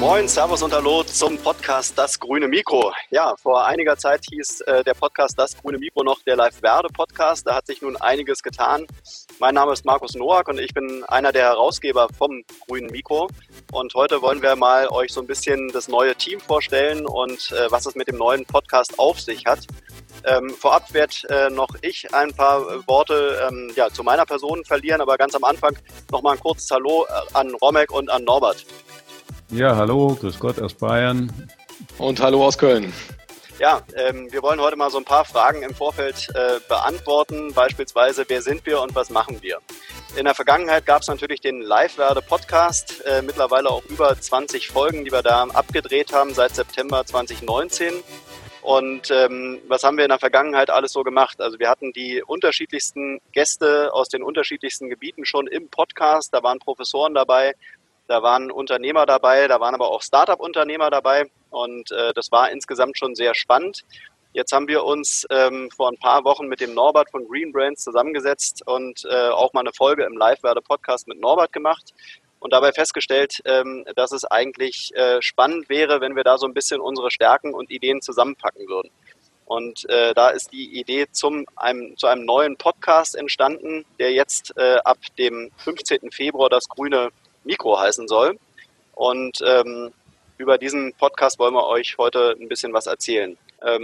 Moin, Servus und Hallo zum Podcast Das Grüne Mikro. Ja, vor einiger Zeit hieß der Podcast Das Grüne Mikro noch der Live-Werde-Podcast. Da hat sich nun einiges getan. Mein Name ist Markus Noack und ich bin einer der Herausgeber vom Grünen Mikro. Und heute wollen wir mal euch so ein bisschen das neue Team vorstellen und was es mit dem neuen Podcast auf sich hat. Vorab werde noch ich ein paar Worte zu meiner Person verlieren, aber ganz am Anfang nochmal ein kurzes Hallo an Romek und an Norbert. Ja, hallo, grüß Gott aus Bayern. Und hallo aus Köln. Ja, wir wollen heute mal so ein paar Fragen im Vorfeld beantworten, beispielsweise, wer sind wir und was machen wir? In der Vergangenheit gab es natürlich den Live-Werde-Podcast, mittlerweile auch über 20 Folgen, die wir da abgedreht haben seit September 2019. Und was haben wir in der Vergangenheit alles so gemacht? Also wir hatten die unterschiedlichsten Gäste aus den unterschiedlichsten Gebieten schon im Podcast. Da waren Professoren dabei, da waren Unternehmer dabei, da waren aber auch Start-up-Unternehmer dabei. Und das war insgesamt schon sehr spannend. Jetzt haben wir uns vor ein paar Wochen mit dem Norbert von Green Brands zusammengesetzt und auch mal eine Folge im Live-Werde-Podcast mit Norbert gemacht. Und dabei festgestellt, dass es eigentlich spannend wäre, wenn wir da so ein bisschen unsere Stärken und Ideen zusammenpacken würden. Und da ist die Idee zu einem neuen Podcast entstanden, der jetzt ab dem 15. Februar das Grüne Mikro heißen soll. Und über diesen Podcast wollen wir euch heute ein bisschen was erzählen.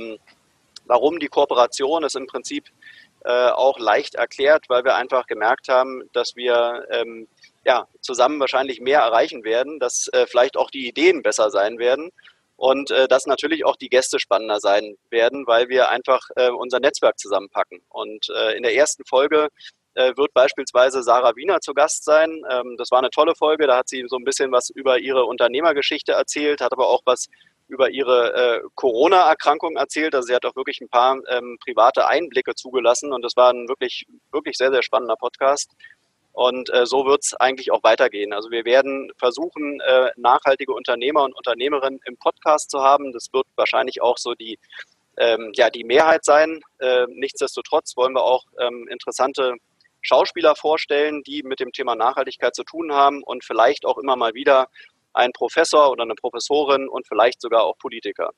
Warum die Kooperation ist im Prinzip auch leicht erklärt, weil wir einfach gemerkt haben, dass wir zusammen wahrscheinlich mehr erreichen werden, dass vielleicht auch die Ideen besser sein werden und dass natürlich auch die Gäste spannender sein werden, weil wir einfach unser Netzwerk zusammenpacken. Und in der ersten Folge wird beispielsweise Sarah Wiener zu Gast sein. Das war eine tolle Folge, da hat sie so ein bisschen was über ihre Unternehmergeschichte erzählt, hat aber auch was über ihre Corona-Erkrankung erzählt. Also sie hat auch wirklich ein paar private Einblicke zugelassen und das war ein wirklich, wirklich sehr, sehr spannender Podcast. Und so wird es eigentlich auch weitergehen. Also wir werden versuchen, nachhaltige Unternehmer und Unternehmerinnen im Podcast zu haben. Das wird wahrscheinlich auch so die Mehrheit sein. Nichtsdestotrotz wollen wir auch interessante Schauspieler vorstellen, die mit dem Thema Nachhaltigkeit zu tun haben und vielleicht auch immer mal wieder ein Professor oder eine Professorin und vielleicht sogar auch Politiker.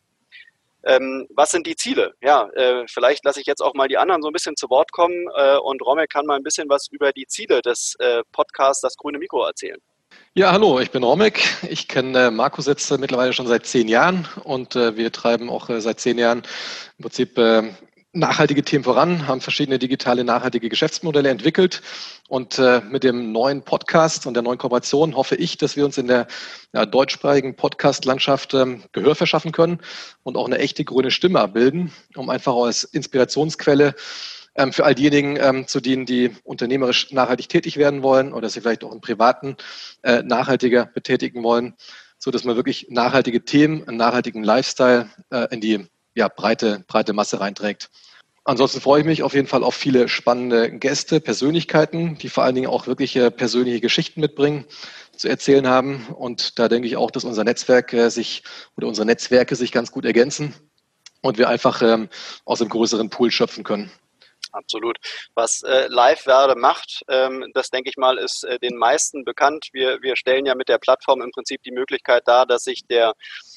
Was sind die Ziele? Ja, vielleicht lasse ich jetzt auch mal die anderen so ein bisschen zu Wort kommen und Romek kann mal ein bisschen was über die Ziele des Podcasts Das Grüne Mikro erzählen. Ja, hallo, ich bin Romek. Ich kenne Markus jetzt mittlerweile schon seit 10 Jahren und wir treiben auch seit 10 Jahren im Prinzip nachhaltige Themen voran, haben verschiedene digitale nachhaltige Geschäftsmodelle entwickelt und mit dem neuen Podcast und der neuen Kooperation hoffe ich, dass wir uns in der deutschsprachigen Podcast-Landschaft Gehör verschaffen können und auch eine echte grüne Stimme abbilden, um einfach als Inspirationsquelle für all diejenigen zu dienen, die unternehmerisch nachhaltig tätig werden wollen oder sich vielleicht auch im Privaten nachhaltiger betätigen wollen, so dass man wirklich nachhaltige Themen, einen nachhaltigen Lifestyle in die breite Masse reinträgt. Ansonsten freue ich mich auf jeden Fall auf viele spannende Gäste, Persönlichkeiten, die vor allen Dingen auch wirklich persönliche Geschichten mitbringen, zu erzählen haben. Und da denke ich auch, dass unser Netzwerk unsere Netzwerke sich ganz gut ergänzen und wir einfach aus einem größeren Pool schöpfen können. Absolut. Was Live-Werde macht, das denke ich mal, ist den meisten bekannt. Wir stellen ja mit der Plattform im Prinzip die Möglichkeit dar, dass sich der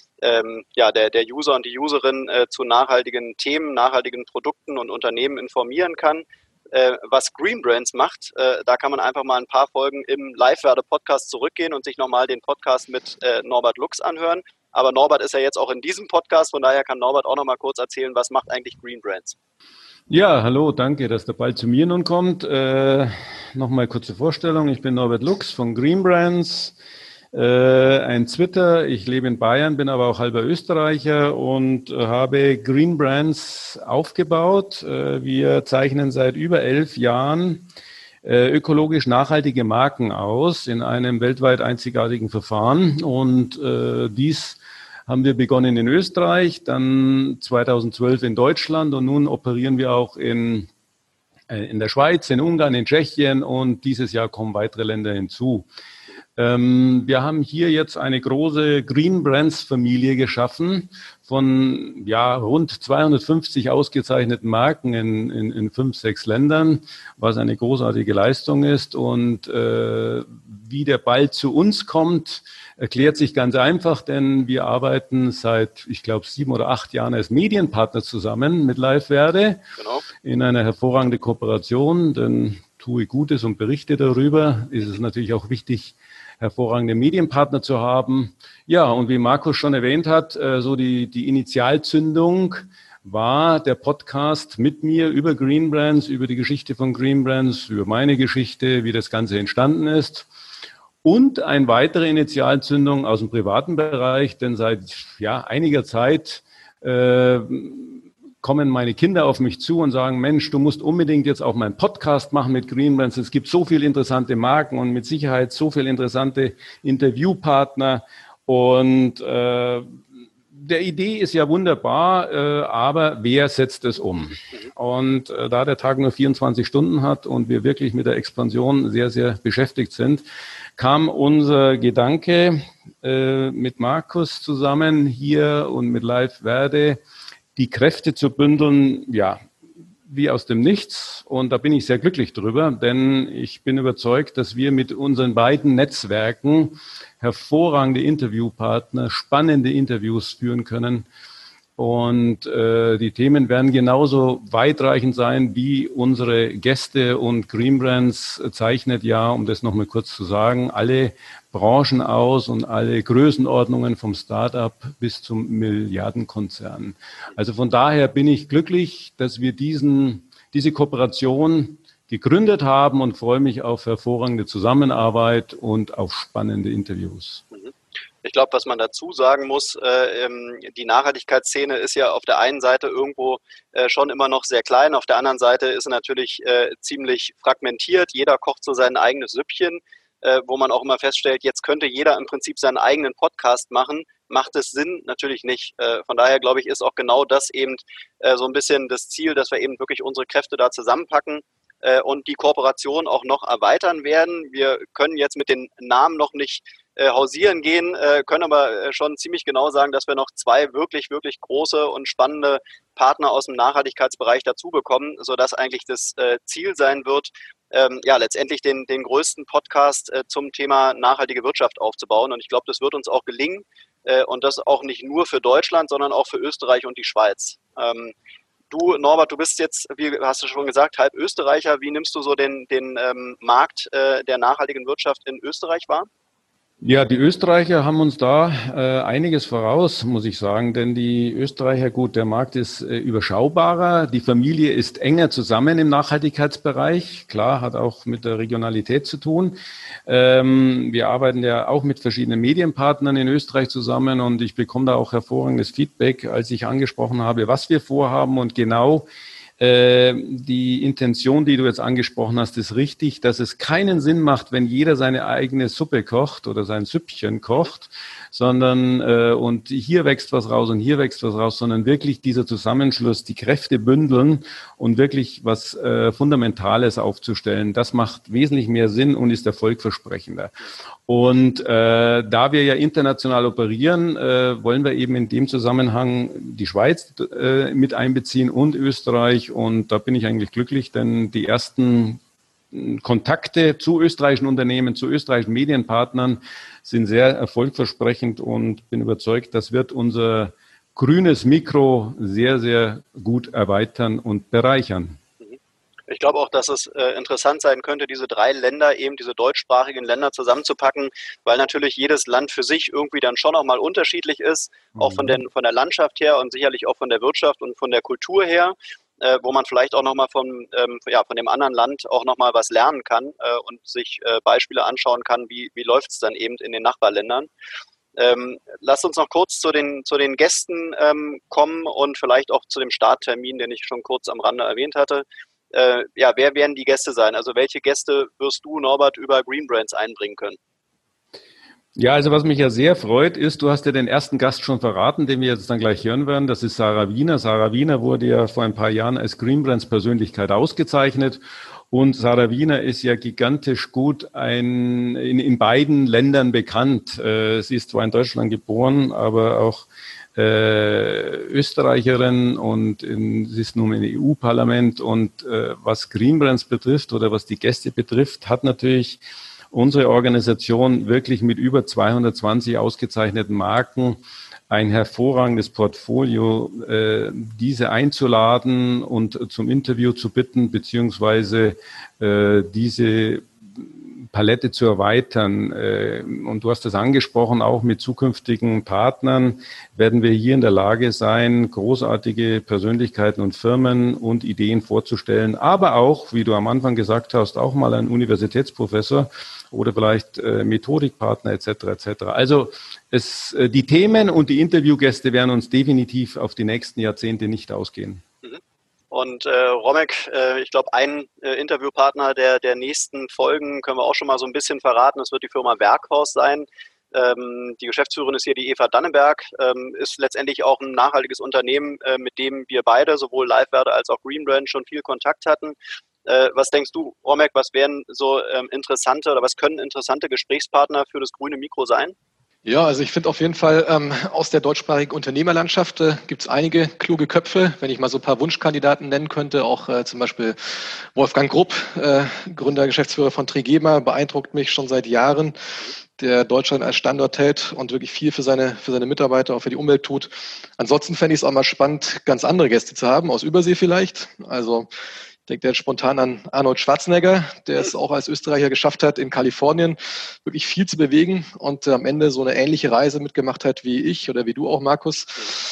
User und die Userin zu nachhaltigen Themen, nachhaltigen Produkten und Unternehmen informieren kann. Was Green Brands macht, da kann man einfach mal ein paar Folgen im Live-Werde-Podcast zurückgehen und sich nochmal den Podcast mit Norbert Lux anhören. Aber Norbert ist ja jetzt auch in diesem Podcast, von daher kann Norbert auch nochmal kurz erzählen, was macht eigentlich Green Brands? Ja, hallo, danke, dass der Ball zu mir nun kommt. Nochmal kurze Vorstellung. Ich bin Norbert Lux von Green Brands. Ein Zwitter. Ich lebe in Bayern, bin aber auch halber Österreicher und habe Green Brands aufgebaut. Wir zeichnen seit über 11 Jahren ökologisch nachhaltige Marken aus in einem weltweit einzigartigen Verfahren. Und dies haben wir begonnen in Österreich, dann 2012 in Deutschland und nun operieren wir auch in der Schweiz, in Ungarn, in Tschechien und dieses Jahr kommen weitere Länder hinzu. Wir haben hier jetzt eine große Green Brands Familie geschaffen von rund 250 ausgezeichneten Marken in 5, 6 Ländern, was eine großartige Leistung ist. Und wie der Ball zu uns kommt, erklärt sich ganz einfach, denn wir arbeiten seit, ich glaube, 7 oder 8 Jahren als Medienpartner zusammen mit LiveWerde. Genau. In einer hervorragenden Kooperation, denn tue Gutes und berichte darüber. Ist es natürlich auch wichtig, hervorragende Medienpartner zu haben. Ja, und wie Markus schon erwähnt hat, so die Initialzündung war der Podcast mit mir über Green Brands, über die Geschichte von Green Brands, über meine Geschichte, wie das Ganze entstanden ist. Und eine weitere Initialzündung aus dem privaten Bereich, denn seit einiger Zeit kommen meine Kinder auf mich zu und sagen, Mensch, du musst unbedingt jetzt auch mal einen Podcast machen mit Green Brands. Es gibt so viele interessante Marken und mit Sicherheit so viele interessante Interviewpartner. Und der Idee ist ja wunderbar, aber wer setzt es um? Und da der Tag nur 24 Stunden hat und wir wirklich mit der Expansion sehr, sehr beschäftigt sind, kam unser Gedanke mit Markus zusammen hier und mit LiveWerde, die Kräfte zu bündeln, wie aus dem Nichts. Und da bin ich sehr glücklich drüber, denn ich bin überzeugt, dass wir mit unseren beiden Netzwerken hervorragende Interviewpartner, spannende Interviews führen können. Und die Themen werden genauso weitreichend sein wie unsere Gäste. Und Green Brands zeichnet ja, um das nochmal kurz zu sagen, alle Branchen aus und alle Größenordnungen vom Start-up bis zum Milliardenkonzern. Also von daher bin ich glücklich, dass wir diese Kooperation gegründet haben und freue mich auf hervorragende Zusammenarbeit und auf spannende Interviews. Ich glaube, was man dazu sagen muss, die Nachhaltigkeitsszene ist ja auf der einen Seite irgendwo schon immer noch sehr klein, auf der anderen Seite ist sie natürlich ziemlich fragmentiert. Jeder kocht so sein eigenes Süppchen, wo man auch immer feststellt, jetzt könnte jeder im Prinzip seinen eigenen Podcast machen. Macht es Sinn? Natürlich nicht. Von daher, glaube ich, ist auch genau das eben so ein bisschen das Ziel, dass wir eben wirklich unsere Kräfte da zusammenpacken und die Kooperation auch noch erweitern werden. Wir können jetzt mit den Namen noch nicht hausieren gehen, können aber schon ziemlich genau sagen, dass wir noch 2 wirklich, wirklich große und spannende Partner aus dem Nachhaltigkeitsbereich dazu bekommen, sodass eigentlich das Ziel sein wird, letztendlich den größten Podcast zum Thema nachhaltige Wirtschaft aufzubauen. Und ich glaube, das wird uns auch gelingen und das auch nicht nur für Deutschland, sondern auch für Österreich und die Schweiz. Du, Norbert, du bist jetzt, wie hast du schon gesagt, halb Österreicher. Wie nimmst du so den Markt der nachhaltigen Wirtschaft in Österreich wahr? Ja, die Österreicher haben uns da einiges voraus, muss ich sagen, denn die Österreicher, gut, der Markt ist überschaubarer, die Familie ist enger zusammen im Nachhaltigkeitsbereich, klar, hat auch mit der Regionalität zu tun. Wir arbeiten ja auch mit verschiedenen Medienpartnern in Österreich zusammen und ich bekomme da auch hervorragendes Feedback, als ich angesprochen habe, was wir vorhaben und genau die Intention, die du jetzt angesprochen hast, ist richtig, dass es keinen Sinn macht, wenn jeder seine eigene Suppe kocht oder sein Süppchen kocht, sondern und hier wächst was raus und hier wächst was raus, sondern wirklich dieser Zusammenschluss, die Kräfte bündeln und wirklich was Fundamentales aufzustellen. Das macht wesentlich mehr Sinn und ist erfolgversprechender. Und da wir ja international operieren, wollen wir eben in dem Zusammenhang die Schweiz mit einbeziehen und Österreich. Und da bin ich eigentlich glücklich, denn die ersten Kontakte zu österreichischen Unternehmen, zu österreichischen Medienpartnern sind sehr erfolgversprechend und bin überzeugt, das wird unser grünes Mikro sehr, sehr gut erweitern und bereichern. Ich glaube auch, dass es interessant sein könnte, diese 3 Länder, eben diese deutschsprachigen Länder zusammenzupacken, weil natürlich jedes Land für sich irgendwie dann schon auch mal unterschiedlich ist, auch von der Landschaft her und sicherlich auch von der Wirtschaft und von der Kultur her, wo man vielleicht auch nochmal von dem anderen Land auch nochmal was lernen kann und sich Beispiele anschauen kann, wie läuft es dann eben in den Nachbarländern. Lasst uns noch kurz zu den Gästen kommen und vielleicht auch zu dem Starttermin, den ich schon kurz am Rande erwähnt hatte. Wer werden die Gäste sein? Also welche Gäste wirst du, Norbert, über Green Brands einbringen können? Ja, also was mich ja sehr freut, ist, du hast ja den ersten Gast schon verraten, den wir jetzt dann gleich hören werden. Das ist Sarah Wiener. Sarah Wiener wurde ja vor ein paar Jahren als Green Brands Persönlichkeit ausgezeichnet. Und Sarah Wiener ist ja gigantisch gut in beiden Ländern bekannt. Sie ist zwar in Deutschland geboren, aber auch Österreicherin und sie ist nun im EU-Parlament. Und was Green Brands betrifft oder was die Gäste betrifft, hat natürlich unsere Organisation wirklich mit über 220 ausgezeichneten Marken ein hervorragendes Portfolio, diese einzuladen und zum Interview zu bitten, beziehungsweise diese Palette zu erweitern. Und du hast das angesprochen, auch mit zukünftigen Partnern werden wir hier in der Lage sein, großartige Persönlichkeiten und Firmen und Ideen vorzustellen, aber auch, wie du am Anfang gesagt hast, auch mal einen Universitätsprofessor oder vielleicht Methodikpartner etc. etc. Also die Themen und die Interviewgäste werden uns definitiv auf die nächsten Jahrzehnte nicht ausgehen. Und Romek, ich glaube, ein Interviewpartner der nächsten Folgen können wir auch schon mal so ein bisschen verraten. Es wird die Firma Werkhaus sein. Die Geschäftsführerin ist hier die Eva Dannenberg, ist letztendlich auch ein nachhaltiges Unternehmen, mit dem wir beide, sowohl Livewerde als auch Green Brand, schon viel Kontakt hatten. Was denkst du, Romek, was wären so interessante oder was können interessante Gesprächspartner für das grüne Mikro sein? Ja, also ich finde auf jeden Fall aus der deutschsprachigen Unternehmerlandschaft gibt es einige kluge Köpfe. Wenn ich mal so ein paar Wunschkandidaten nennen könnte, auch zum Beispiel Wolfgang Grupp, Gründer, Geschäftsführer von Trigema, beeindruckt mich schon seit Jahren, der Deutschland als Standort hält und wirklich viel für seine Mitarbeiter, auch für die Umwelt tut. Ansonsten fände ich es auch mal spannend, ganz andere Gäste zu haben, aus Übersee vielleicht. Also ich denke jetzt spontan an Arnold Schwarzenegger, der es auch als Österreicher geschafft hat, in Kalifornien wirklich viel zu bewegen und am Ende so eine ähnliche Reise mitgemacht hat wie ich oder wie du auch, Markus.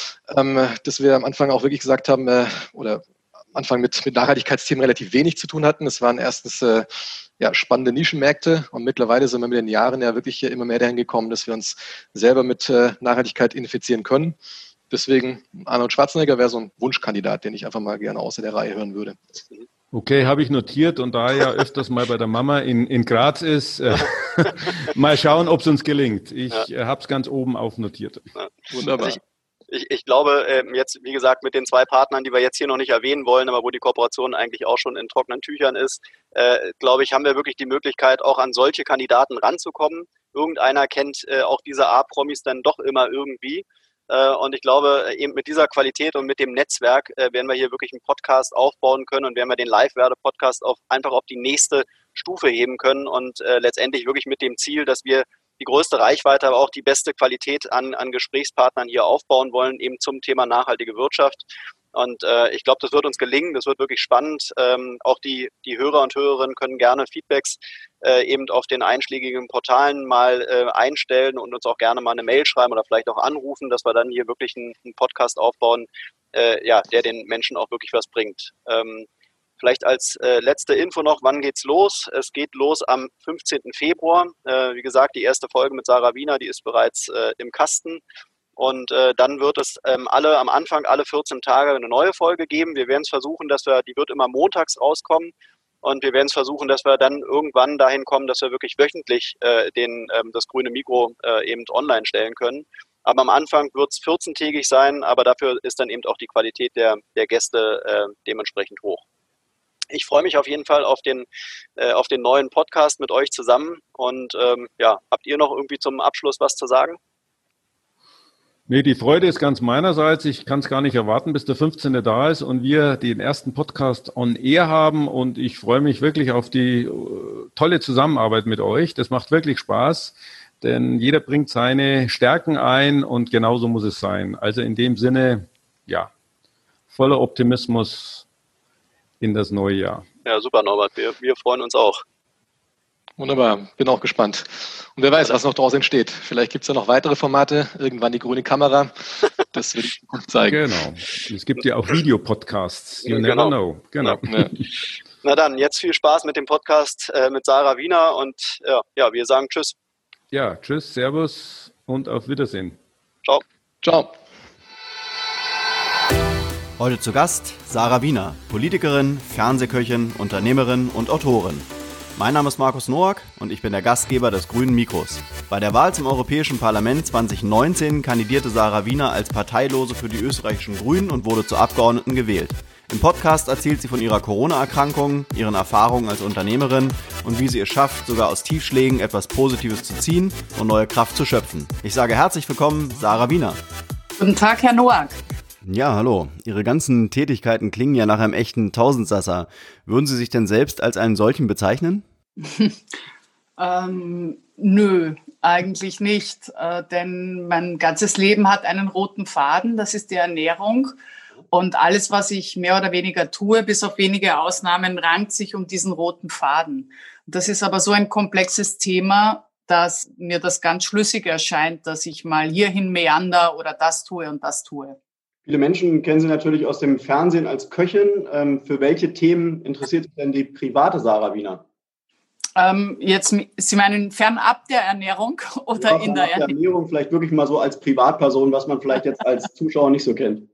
Dass wir am Anfang auch wirklich gesagt haben, oder am Anfang mit Nachhaltigkeitsthemen relativ wenig zu tun hatten. Es waren erstens spannende Nischenmärkte und mittlerweile sind wir mit den Jahren ja wirklich immer mehr dahin gekommen, dass wir uns selber mit Nachhaltigkeit identifizieren können. Deswegen Arnold Schwarzenegger wäre so ein Wunschkandidat, den ich einfach mal gerne außer der Reihe hören würde. Okay, habe ich notiert und da er ja öfters mal bei der Mama in Graz ist, mal schauen, ob es uns gelingt. Ich habe es ganz oben aufnotiert. Ja. Wunderbar. Also ich glaube, jetzt, wie gesagt, mit den 2 Partnern, die wir jetzt hier noch nicht erwähnen wollen, aber wo die Kooperation eigentlich auch schon in trockenen Tüchern ist, glaube ich, haben wir wirklich die Möglichkeit, auch an solche Kandidaten ranzukommen. Irgendeiner kennt auch diese A-Promis dann doch immer irgendwie. Und ich glaube, eben mit dieser Qualität und mit dem Netzwerk werden wir hier wirklich einen Podcast aufbauen können und werden wir den Livewerde-Podcast einfach auf die nächste Stufe heben können und letztendlich wirklich mit dem Ziel, dass wir die größte Reichweite, aber auch die beste Qualität an Gesprächspartnern hier aufbauen wollen, eben zum Thema nachhaltige Wirtschaft. Und ich glaube, das wird uns gelingen, das wird wirklich spannend. Auch die Hörer und Hörerinnen können gerne Feedbacks eben auf den einschlägigen Portalen mal einstellen und uns auch gerne mal eine Mail schreiben oder vielleicht auch anrufen, dass wir dann hier wirklich einen Podcast aufbauen, der den Menschen auch wirklich was bringt. Vielleicht als letzte Info noch, wann geht's los? Es geht los am 15. Februar. Wie gesagt, die erste Folge mit Sarah Wiener, die ist bereits im Kasten. Und dann wird es am Anfang alle 14 Tage eine neue Folge geben. Wir werden es versuchen, die wird immer montags rauskommen. Und wir werden es versuchen, dass wir dann irgendwann dahin kommen, dass wir wirklich wöchentlich das grüne Mikro eben online stellen können. Aber am Anfang wird es 14-tägig sein, aber dafür ist dann eben auch die Qualität der Gäste dementsprechend hoch. Ich freue mich auf jeden Fall auf den neuen Podcast mit euch zusammen. Und habt ihr noch irgendwie zum Abschluss was zu sagen? Nee, die Freude ist ganz meinerseits. Ich kann es gar nicht erwarten, bis der 15. da ist und wir den ersten Podcast on Air haben. Und ich freue mich wirklich auf die tolle Zusammenarbeit mit euch. Das macht wirklich Spaß, denn jeder bringt seine Stärken ein und genauso muss es sein. Also in dem Sinne, voller Optimismus in das neue Jahr. Ja, super, Norbert. Wir freuen uns auch. Wunderbar, bin auch gespannt. Und wer weiß, was noch daraus entsteht. Vielleicht gibt es ja noch weitere Formate, irgendwann die grüne Kamera. Das wird die Zukunft zeigen. Genau. Es gibt ja auch Videopodcasts. You never know. Genau. Ja. Na dann, jetzt viel Spaß mit dem Podcast mit Sarah Wiener und wir sagen Tschüss. Ja, tschüss, Servus und auf Wiedersehen. Ciao. Ciao. Heute zu Gast Sarah Wiener, Politikerin, Fernsehköchin, Unternehmerin und Autorin. Mein Name ist Markus Noack und ich bin der Gastgeber des Grünen Mikros. Bei der Wahl zum Europäischen Parlament 2019 kandidierte Sarah Wiener als Parteilose für die österreichischen Grünen und wurde zur Abgeordneten gewählt. Im Podcast erzählt sie von ihrer Corona-Erkrankung, ihren Erfahrungen als Unternehmerin und wie sie es schafft, sogar aus Tiefschlägen etwas Positives zu ziehen und neue Kraft zu schöpfen. Ich sage herzlich willkommen, Sarah Wiener. Guten Tag, Herr Noack. Ja, hallo. Ihre ganzen Tätigkeiten klingen ja nach einem echten Tausendsasser. Würden Sie sich denn selbst als einen solchen bezeichnen? Nö, eigentlich nicht, denn mein ganzes Leben hat einen roten Faden, das ist die Ernährung. Und alles, was ich mehr oder weniger tue, bis auf wenige Ausnahmen, rankt sich um diesen roten Faden. Das ist aber so ein komplexes Thema, dass mir das ganz schlüssig erscheint, dass ich mal hierhin meander oder das tue und das tue. Viele Menschen kennen Sie natürlich aus dem Fernsehen als Köchin. Für welche Themen interessiert sich denn die private Sarah Wiener? Jetzt, Sie meinen fernab der Ernährung oder Ja, in der Ernährung? Vielleicht wirklich mal so als Privatperson, was man vielleicht jetzt als Zuschauer nicht so kennt.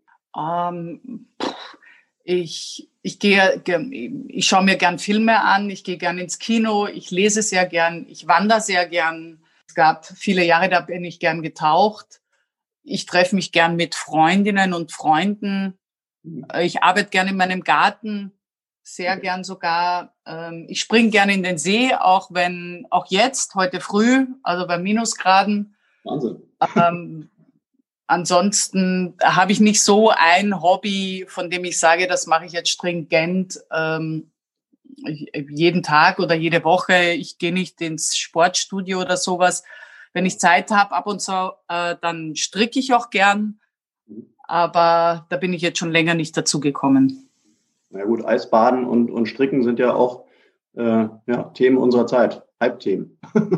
Ich schaue mir gern Filme an, ich gehe gern ins Kino, ich lese sehr gern, ich wandere sehr gern. Es gab viele Jahre, da bin ich gern getaucht. Ich treffe mich gern mit Freundinnen und Freunden. Ich arbeite gern in meinem Garten, sehr gern sogar. Ich springe gern in den See, auch jetzt, heute früh, also bei Minusgraden. Wahnsinn. Ansonsten habe ich nicht so ein Hobby, von dem ich sage, das mache ich jetzt stringent jeden Tag oder jede Woche. Ich gehe nicht ins Sportstudio oder sowas. Wenn ich Zeit habe, ab und zu, dann stricke ich auch gern. Aber da bin ich jetzt schon länger nicht dazu gekommen. Na gut, Eisbaden und Stricken sind ja auch Themen unserer Zeit, Hype-Themen.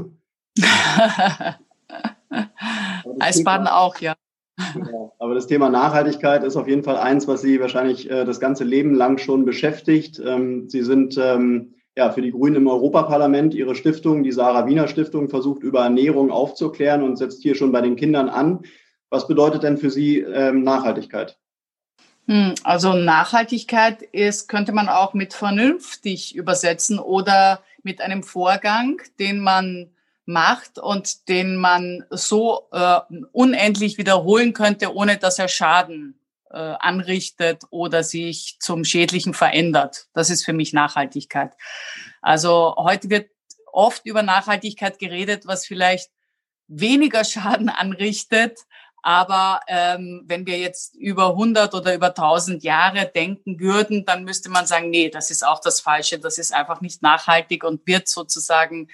Eisbaden auch, ja. Genau. Aber das Thema Nachhaltigkeit ist auf jeden Fall eins, was Sie wahrscheinlich das ganze Leben lang schon beschäftigt. Sie sind für die Grünen im Europaparlament. Ihre Stiftung, die Sarah Wiener Stiftung, versucht über Ernährung aufzuklären und setzt hier schon bei den Kindern an. Was bedeutet denn für Sie Nachhaltigkeit? Also Nachhaltigkeit könnte man auch mit vernünftig übersetzen oder mit einem Vorgang, den man macht und den man so unendlich wiederholen könnte, ohne dass er Schaden anrichtet oder sich zum Schädlichen verändert. Das ist für mich Nachhaltigkeit. Also heute wird oft über Nachhaltigkeit geredet, was vielleicht weniger Schaden anrichtet. Aber wenn wir jetzt über 100 oder über 1000 Jahre denken würden, dann müsste man sagen, nee, das ist auch das Falsche. Das ist einfach nicht nachhaltig und wird sozusagen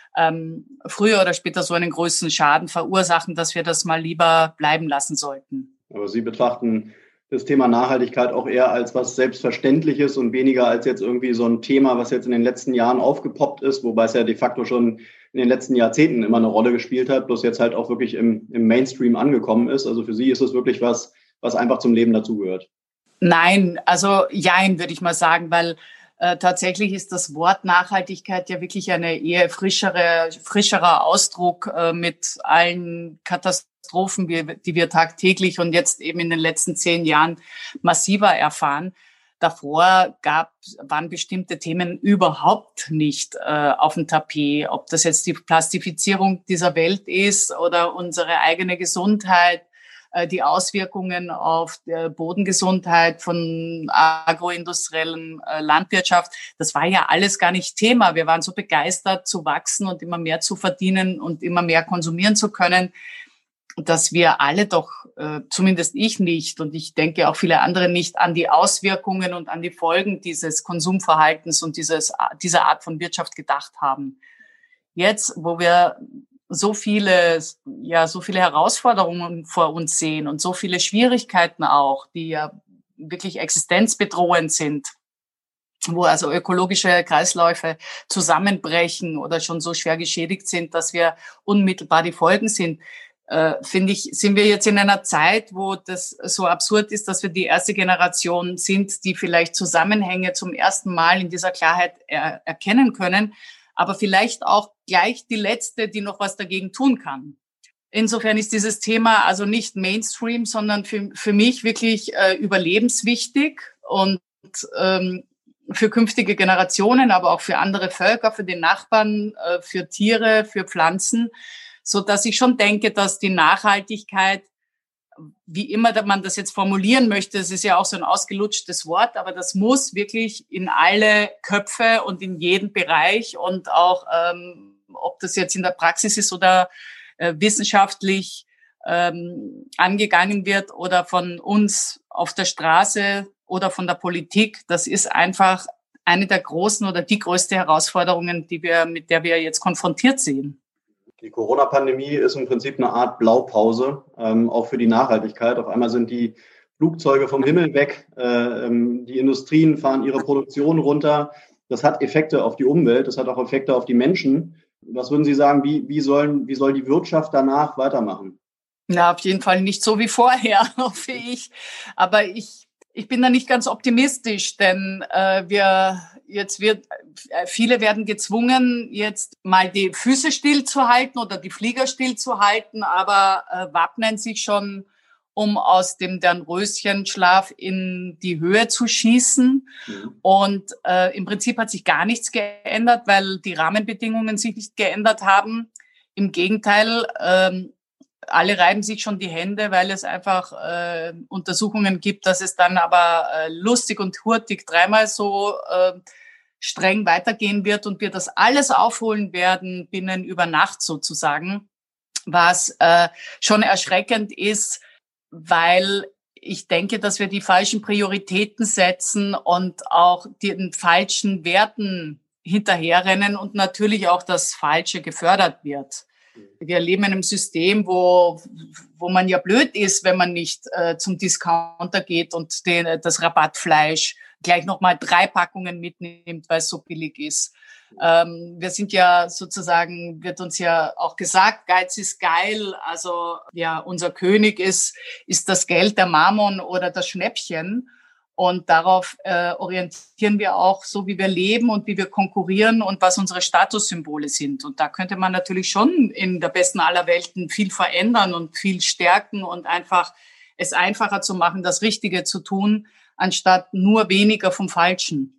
früher oder später so einen größeren Schaden verursachen, dass wir das mal lieber bleiben lassen sollten. Aber Sie betrachten das Thema Nachhaltigkeit auch eher als was Selbstverständliches und weniger als jetzt irgendwie so ein Thema, was jetzt in den letzten Jahren aufgepoppt ist, wobei es ja de facto schon in den letzten Jahrzehnten immer eine Rolle gespielt hat, bloß jetzt halt auch wirklich im Mainstream angekommen ist. Also für Sie ist es wirklich was einfach zum Leben dazugehört. Nein, also jein, würde ich mal sagen, weil tatsächlich ist das Wort Nachhaltigkeit ja wirklich eine eher frischerer Ausdruck mit allen Katastrophen, die wir tagtäglich und jetzt eben in den letzten 10 Jahren massiver erfahren. Davor waren bestimmte Themen überhaupt nicht auf dem Tapet, ob das jetzt die Plastifizierung dieser Welt ist oder unsere eigene Gesundheit, die Auswirkungen auf die Bodengesundheit von agroindustriellen Landwirtschaft. Das war ja alles gar nicht Thema. Wir waren so begeistert zu wachsen und immer mehr zu verdienen und immer mehr konsumieren zu können, dass wir alle doch, zumindest ich nicht und ich denke auch viele andere nicht, an die Auswirkungen und an die Folgen dieses Konsumverhaltens und dieser Art von Wirtschaft gedacht haben. Jetzt, wo wir so viele Herausforderungen vor uns sehen und so viele Schwierigkeiten auch, die ja wirklich existenzbedrohend sind, wo also ökologische Kreisläufe zusammenbrechen oder schon so schwer geschädigt sind, dass wir unmittelbar die Folgen sind, finde ich, sind wir jetzt in einer Zeit, wo das so absurd ist, dass wir die erste Generation sind, die vielleicht Zusammenhänge zum ersten Mal in dieser Klarheit erkennen können, aber vielleicht auch gleich die letzte, die noch was dagegen tun kann. Insofern ist dieses Thema also nicht Mainstream, sondern für mich wirklich überlebenswichtig und für künftige Generationen, aber auch für andere Völker, für den Nachbarn, für Tiere, für Pflanzen, so dass ich schon denke, dass die Nachhaltigkeit, wie immer man das jetzt formulieren möchte, es ist ja auch so ein ausgelutschtes Wort, aber das muss wirklich in alle Köpfe und in jeden Bereich und auch, ob das jetzt in der Praxis ist oder wissenschaftlich angegangen wird oder von uns auf der Straße oder von der Politik, das ist einfach eine der großen oder die größte Herausforderungen, mit der wir jetzt konfrontiert sind. Die Corona-Pandemie ist im Prinzip eine Art Blaupause, auch für die Nachhaltigkeit. Auf einmal sind die Flugzeuge vom Himmel weg, die Industrien fahren ihre Produktion runter. Das hat Effekte auf die Umwelt, das hat auch Effekte auf die Menschen. Was würden Sie sagen, wie soll die Wirtschaft danach weitermachen? Na, auf jeden Fall nicht so wie vorher, hoffe ich. Aber ich bin da nicht ganz optimistisch, denn viele werden gezwungen, jetzt mal die Füße stillzuhalten oder die Flieger stillzuhalten, aber wappnen sich schon, um aus dem Dornröschenschlaf in die Höhe zu schießen. Mhm. Und im Prinzip hat sich gar nichts geändert, weil die Rahmenbedingungen sich nicht geändert haben. Im Gegenteil, alle reiben sich schon die Hände, weil es einfach Untersuchungen gibt, dass es dann aber lustig und hurtig dreimal so streng weitergehen wird und wir das alles aufholen werden binnen über Nacht sozusagen, was schon erschreckend ist, weil ich denke, dass wir die falschen Prioritäten setzen und auch den falschen Werten hinterherrennen und natürlich auch das Falsche gefördert wird. Wir leben in einem System, wo man ja blöd ist, wenn man nicht zum Discounter geht und das Rabattfleisch gleich nochmal 3 Packungen mitnimmt, weil es so billig ist. Wir sind ja sozusagen, wird uns ja auch gesagt, Geiz ist geil. Also ja, unser König ist das Geld, der Mammon oder das Schnäppchen. Und darauf orientieren wir auch so, wie wir leben und wie wir konkurrieren und was unsere Statussymbole sind. Und da könnte man natürlich schon in der besten aller Welten viel verändern und viel stärken und einfach es einfacher zu machen, das Richtige zu tun, anstatt nur weniger vom Falschen.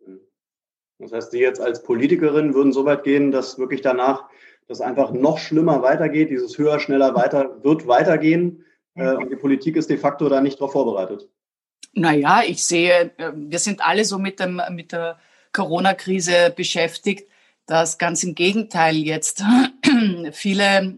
Das heißt, Sie jetzt als Politikerin würden so weit gehen, dass wirklich danach das einfach noch schlimmer weitergeht, dieses höher, schneller, weiter wird weitergehen und die Politik ist de facto da nicht darauf vorbereitet. Naja, ich sehe, wir sind alle so mit der Corona-Krise beschäftigt, dass ganz im Gegenteil jetzt viele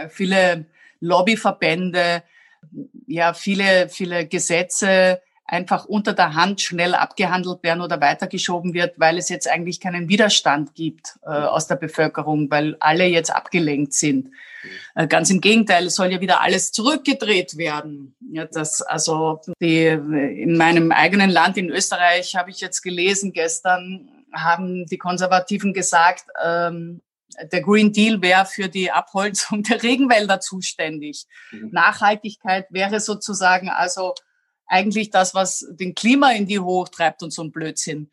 Lobbyverbände, ja, viele Gesetze einfach unter der Hand schnell abgehandelt werden oder weitergeschoben wird, weil es jetzt eigentlich keinen Widerstand gibt aus der Bevölkerung, weil alle jetzt abgelenkt sind. Ganz im Gegenteil, es soll ja wieder alles zurückgedreht werden. Ja, in meinem eigenen Land, in Österreich, habe ich jetzt gelesen, gestern haben die Konservativen gesagt, der Green Deal wäre für die Abholzung der Regenwälder zuständig. Mhm. Nachhaltigkeit wäre sozusagen also eigentlich das, was den Klima in die Hoch treibt und so ein Blödsinn.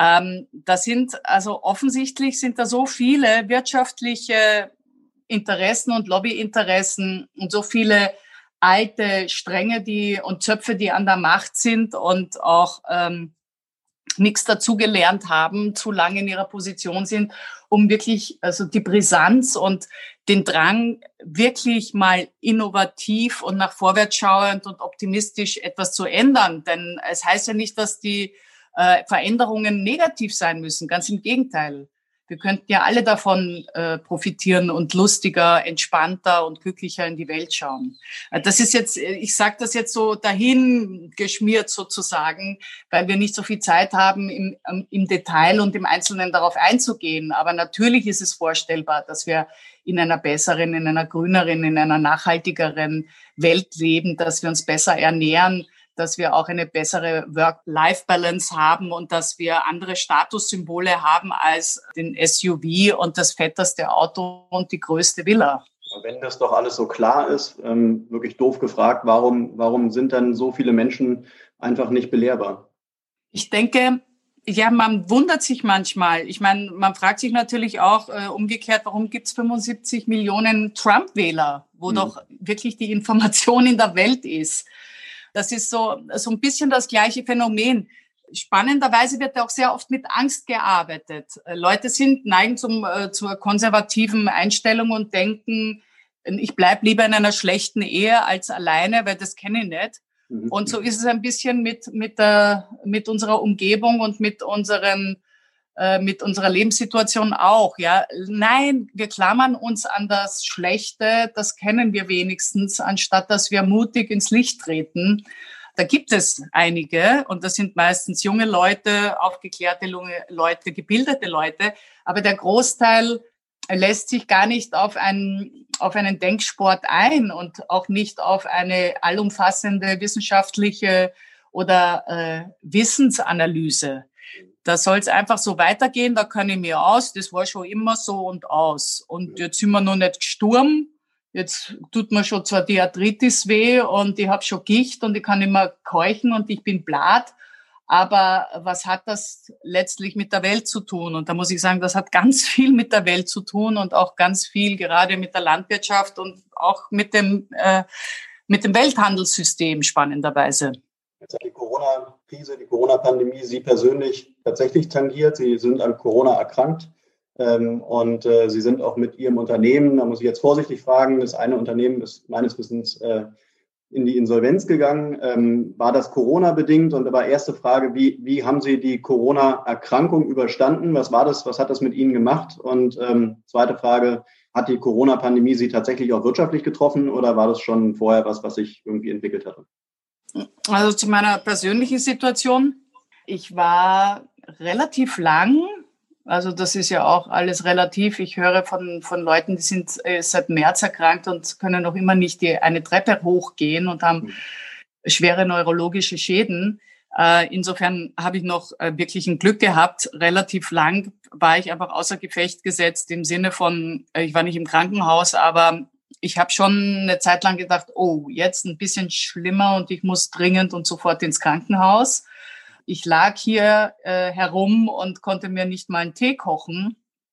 Offensichtlich sind da so viele wirtschaftliche Interessen und Lobbyinteressen und so viele alte Stränge und Zöpfe, die an der Macht sind und auch nichts dazugelernt haben, zu lange in ihrer Position sind, um wirklich also die Brisanz und den Drang, wirklich mal innovativ und nach vorwärts schauend und optimistisch etwas zu ändern. Denn es heißt ja nicht, dass die Veränderungen negativ sein müssen. Ganz im Gegenteil. Wir könnten ja alle davon profitieren und lustiger, entspannter und glücklicher in die Welt schauen. Das ist jetzt, ich sage das jetzt so dahin geschmiert sozusagen, weil wir nicht so viel Zeit haben, im Detail und im Einzelnen darauf einzugehen. Aber natürlich ist es vorstellbar, dass wir in einer besseren, in einer grüneren, in einer nachhaltigeren Welt leben, dass wir uns besser ernähren, dass wir auch eine bessere Work-Life-Balance haben und dass wir andere Statussymbole haben als den SUV und das fetteste Auto und die größte Villa. Wenn das doch alles so klar ist, wirklich doof gefragt, warum sind dann so viele Menschen einfach nicht belehrbar? Ich denke, ja, man wundert sich manchmal. Ich meine, man fragt sich natürlich auch umgekehrt, warum gibt es 75 Millionen Trump-Wähler, wo doch wirklich die Information in der Welt ist. Das ist so ein bisschen das gleiche Phänomen. Spannenderweise wird auch sehr oft mit Angst gearbeitet. Leute neigen zur konservativen Einstellung und denken, ich bleib lieber in einer schlechten Ehe als alleine, weil das kenne ich nicht. Und so ist es ein bisschen mit unserer Umgebung und mit unserer Lebenssituation auch, ja. Nein, wir klammern uns an das Schlechte, das kennen wir wenigstens, anstatt dass wir mutig ins Licht treten. da gibt es einige und das sind meistens junge Leute, aufgeklärte Leute, gebildete Leute, aber der Großteil lässt sich gar nicht auf einen Denksport ein und auch nicht auf eine allumfassende wissenschaftliche oder Wissensanalyse. Da soll es einfach so weitergehen, da kann ich mir aus, das war schon immer so und aus. Und jetzt sind wir noch nicht gestorben, jetzt tut mir schon zwar die Arthritis weh und ich habe schon Gicht und ich kann nicht mehr keuchen und ich bin blatt, aber was hat das letztlich mit der Welt zu tun? Und da muss ich sagen, das hat ganz viel mit der Welt zu tun und auch ganz viel gerade mit der Landwirtschaft und auch mit dem Welthandelssystem spannenderweise. Jetzt hat die Corona-Krise, die Corona-Pandemie Sie persönlich tatsächlich tangiert. Sie sind an Corona erkrankt und Sie sind auch mit Ihrem Unternehmen, da muss ich jetzt vorsichtig fragen, das eine Unternehmen ist meines Wissens in die Insolvenz gegangen. War das Corona-bedingt? Und aber erste Frage, wie haben Sie die Corona-Erkrankung überstanden? Was war das? Was hat das mit Ihnen gemacht? Und zweite Frage, hat die Corona-Pandemie Sie tatsächlich auch wirtschaftlich getroffen oder war das schon vorher was sich irgendwie entwickelt hatte? Also zu meiner persönlichen Situation. Ich war relativ lang, also das ist ja auch alles relativ. Ich höre von Leuten, die sind seit März erkrankt und können noch immer nicht eine Treppe hochgehen und haben schwere neurologische Schäden. Insofern habe ich noch wirklich ein Glück gehabt. Relativ lang war ich einfach außer Gefecht gesetzt im Sinne von, ich war nicht im Krankenhaus, aber ich habe schon eine Zeit lang gedacht, oh, jetzt ein bisschen schlimmer und ich muss dringend und sofort ins Krankenhaus. Ich lag hier herum und konnte mir nicht mal einen Tee kochen.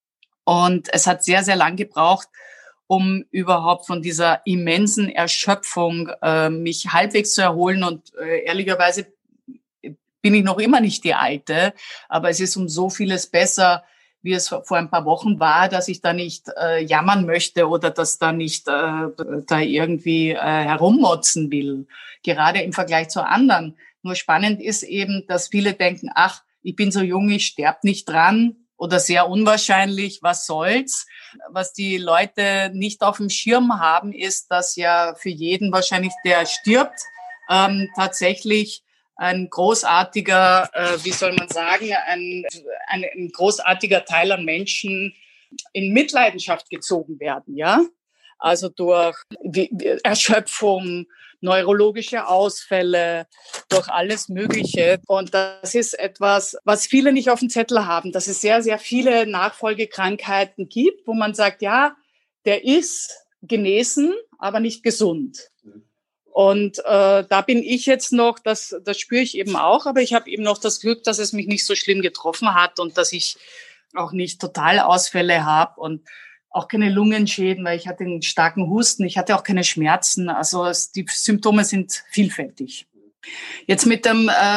Und es hat sehr, sehr lang gebraucht, um überhaupt von dieser immensen Erschöpfung mich halbwegs zu erholen. Und ehrlicherweise bin ich noch immer nicht die Alte, aber es ist um so vieles besser, wie es vor ein paar Wochen war, dass ich da nicht jammern möchte oder dass da nicht da irgendwie herummotzen will, gerade im Vergleich zu anderen. Nur spannend ist eben, dass viele denken, ach, ich bin so jung, ich sterbe nicht dran oder sehr unwahrscheinlich, was soll's? Was die Leute nicht auf dem Schirm haben, ist, dass ja für jeden wahrscheinlich, der stirbt, tatsächlich ein großartiger, wie soll man sagen, ein großartiger Teil an Menschen in Mitleidenschaft gezogen werden, ja? Also durch Erschöpfung, neurologische Ausfälle, durch alles Mögliche. Und das ist etwas, was viele nicht auf dem Zettel haben, dass es sehr, sehr viele Nachfolgekrankheiten gibt, wo man sagt, ja, der ist genesen, aber nicht gesund. Und da bin ich jetzt noch, das spüre ich eben auch, aber ich habe eben noch das Glück, dass es mich nicht so schlimm getroffen hat und dass ich auch nicht Totalausfälle habe und auch keine Lungenschäden, weil ich hatte einen starken Husten, ich hatte auch keine Schmerzen. Also die Symptome sind vielfältig. Jetzt mit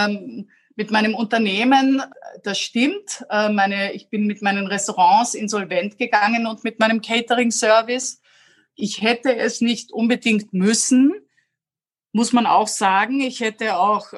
meinem Unternehmen, das stimmt. Ich bin mit meinen Restaurants insolvent gegangen und mit meinem Catering-Service. Ich hätte es nicht unbedingt müssen, muss man auch sagen. Ich hätte auch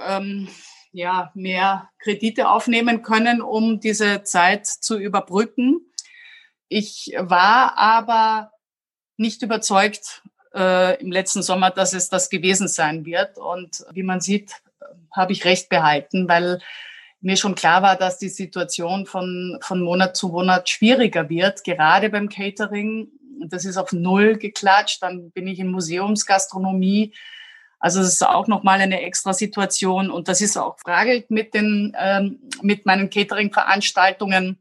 mehr Kredite aufnehmen können, um diese Zeit zu überbrücken. Ich war aber nicht überzeugt im letzten Sommer, dass es das gewesen sein wird. Und wie man sieht, habe ich recht behalten, weil mir schon klar war, dass die Situation von Monat zu Monat schwieriger wird, gerade beim Catering. Das ist auf Null geklatscht. Dann bin ich in Museumsgastronomie. Also das ist auch nochmal eine extra Situation. Und das ist auch Frage mit meinen Catering-Veranstaltungen,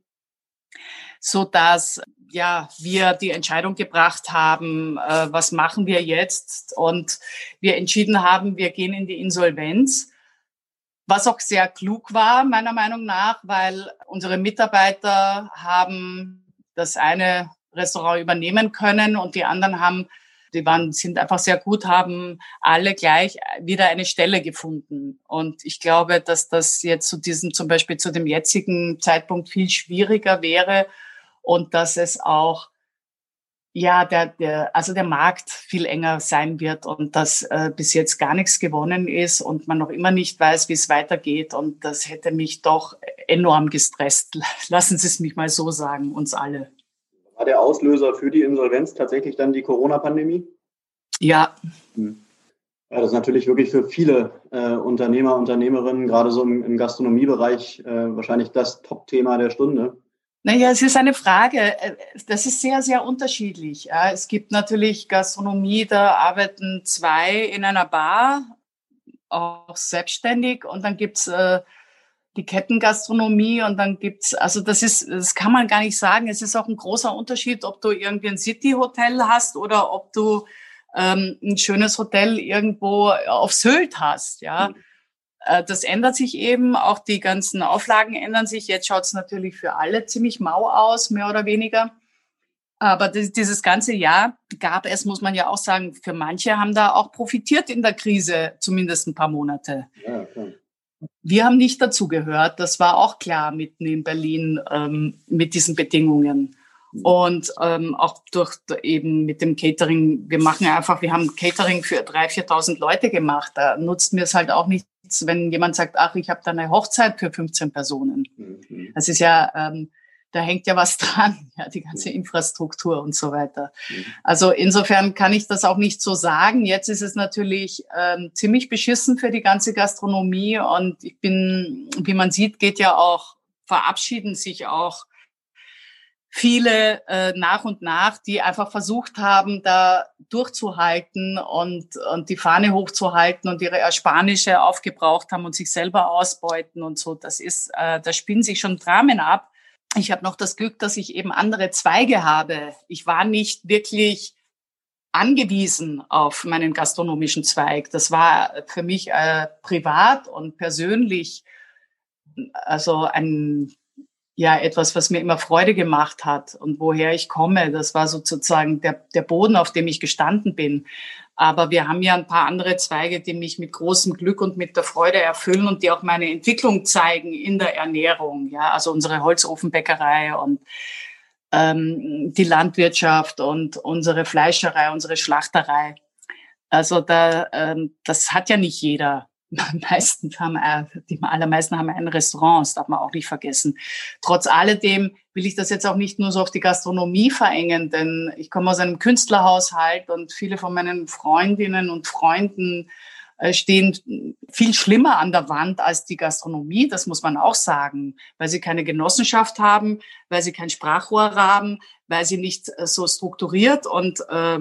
so dass wir die Entscheidung gebracht haben, was machen wir jetzt? Und wir entschieden haben, wir gehen in die Insolvenz, was auch sehr klug war, meiner Meinung nach, weil unsere Mitarbeiter haben das eine Restaurant übernehmen können und die anderen sind einfach sehr gut, haben alle gleich wieder eine Stelle gefunden. Und ich glaube, dass das jetzt zum Beispiel zu dem jetzigen Zeitpunkt viel schwieriger wäre und dass es auch, der Markt viel enger sein wird und dass bis jetzt gar nichts gewonnen ist und man noch immer nicht weiß, wie es weitergeht. Und das hätte mich doch enorm gestresst. Lassen Sie es mich mal so sagen, uns alle. War der Auslöser für die Insolvenz tatsächlich dann die Corona-Pandemie? Ja. Ja, das ist natürlich wirklich für viele Unternehmer, Unternehmerinnen, gerade so im Gastronomiebereich, wahrscheinlich das Top-Thema der Stunde. Naja, es ist eine Frage. Das ist sehr, sehr unterschiedlich. Ja, es gibt natürlich Gastronomie, da arbeiten 2 in einer Bar, auch selbstständig. Und dann gibt's die Kettengastronomie und dann gibt's, also das kann man gar nicht sagen. Es ist auch ein großer Unterschied, ob du irgendwie ein City-Hotel hast oder ob du ein schönes Hotel irgendwo auf Sylt hast, ja. Das ändert sich eben, auch die ganzen Auflagen ändern sich. Jetzt schaut es natürlich für alle ziemlich mau aus, mehr oder weniger. Aber dieses ganze Jahr gab es, muss man ja auch sagen, für manche haben da auch profitiert in der Krise, zumindest ein paar Monate. Ja, klar. Wir haben nicht dazu gehört, das war auch klar mitten in Berlin mit diesen Bedingungen. Und auch durch eben mit dem Catering, wir haben Catering für 3.000, 4.000 Leute gemacht. Da nutzt mir es halt auch nichts, wenn jemand sagt, ach, ich habe da eine Hochzeit für 15 Personen. Das ist ja, da hängt ja was dran, ja, die ganze Infrastruktur und so weiter. Also insofern kann ich das auch nicht so sagen. Jetzt ist es natürlich ziemlich beschissen für die ganze Gastronomie und wie man sieht, verabschieden sich auch viele nach und nach, die einfach versucht haben, da durchzuhalten und die Fahne hochzuhalten und ihre Ersparnisse aufgebraucht haben und sich selber ausbeuten und so. Da spielen sich schon Dramen ab. Ich habe noch das Glück, dass ich eben andere Zweige habe. Ich war nicht wirklich angewiesen auf meinen gastronomischen Zweig. Das war für mich privat und persönlich also etwas, was mir immer Freude gemacht hat und woher ich komme. Das war sozusagen der Boden, auf dem ich gestanden bin. Aber wir haben ja ein paar andere Zweige, die mich mit großem Glück und mit der Freude erfüllen und die auch meine Entwicklung zeigen in der Ernährung. Ja, also unsere Holzofenbäckerei und die Landwirtschaft und unsere Fleischerei, unsere Schlachterei. Also das hat ja nicht jeder. Die allermeisten haben ein Restaurant, das darf man auch nicht vergessen. Trotz alledem will ich das jetzt auch nicht nur so auf die Gastronomie verengen, denn ich komme aus einem Künstlerhaushalt und viele von meinen Freundinnen und Freunden stehen viel schlimmer an der Wand als die Gastronomie, das muss man auch sagen, weil sie keine Genossenschaft haben, weil sie kein Sprachrohr haben, weil sie nicht so strukturiert und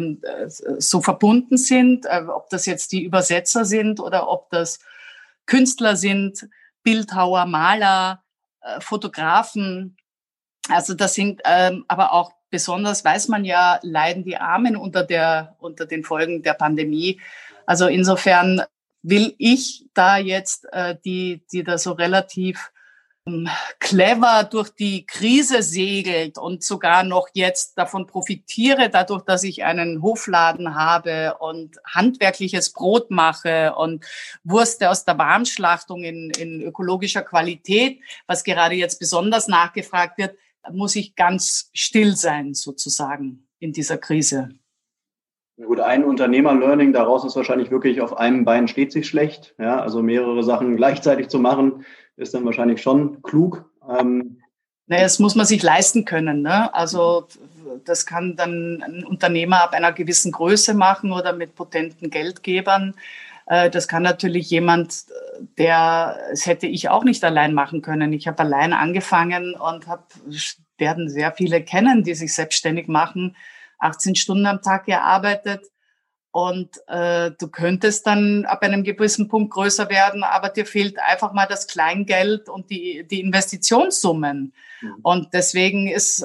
so verbunden sind, ob das jetzt die Übersetzer sind oder ob das Künstler sind, Bildhauer, Maler, Fotografen. Also das sind aber auch besonders, weiß man ja, leiden die Armen unter den Folgen der Pandemie. Also insofern will ich da jetzt die da so relativ clever durch die Krise segelt und sogar noch jetzt davon profitiere, dadurch, dass ich einen Hofladen habe und handwerkliches Brot mache und Würste aus der Warmschlachtung in ökologischer Qualität, was gerade jetzt besonders nachgefragt wird, muss ich ganz still sein sozusagen in dieser Krise. Gut, ein Unternehmer-Learning daraus ist wahrscheinlich wirklich, auf einem Bein steht sich schlecht. Ja, also mehrere Sachen gleichzeitig zu machen, ist dann wahrscheinlich schon klug. Das muss man sich leisten können, ne? Also das kann dann ein Unternehmer ab einer gewissen Größe machen oder mit potenten Geldgebern. Das kann natürlich jemand, das hätte ich auch nicht allein machen können. Ich habe allein angefangen und werden sehr viele kennen, die sich selbstständig machen, 18 Stunden am Tag gearbeitet und du könntest dann ab einem gewissen Punkt größer werden, aber dir fehlt einfach mal das Kleingeld und die Investitionssummen. Und deswegen ist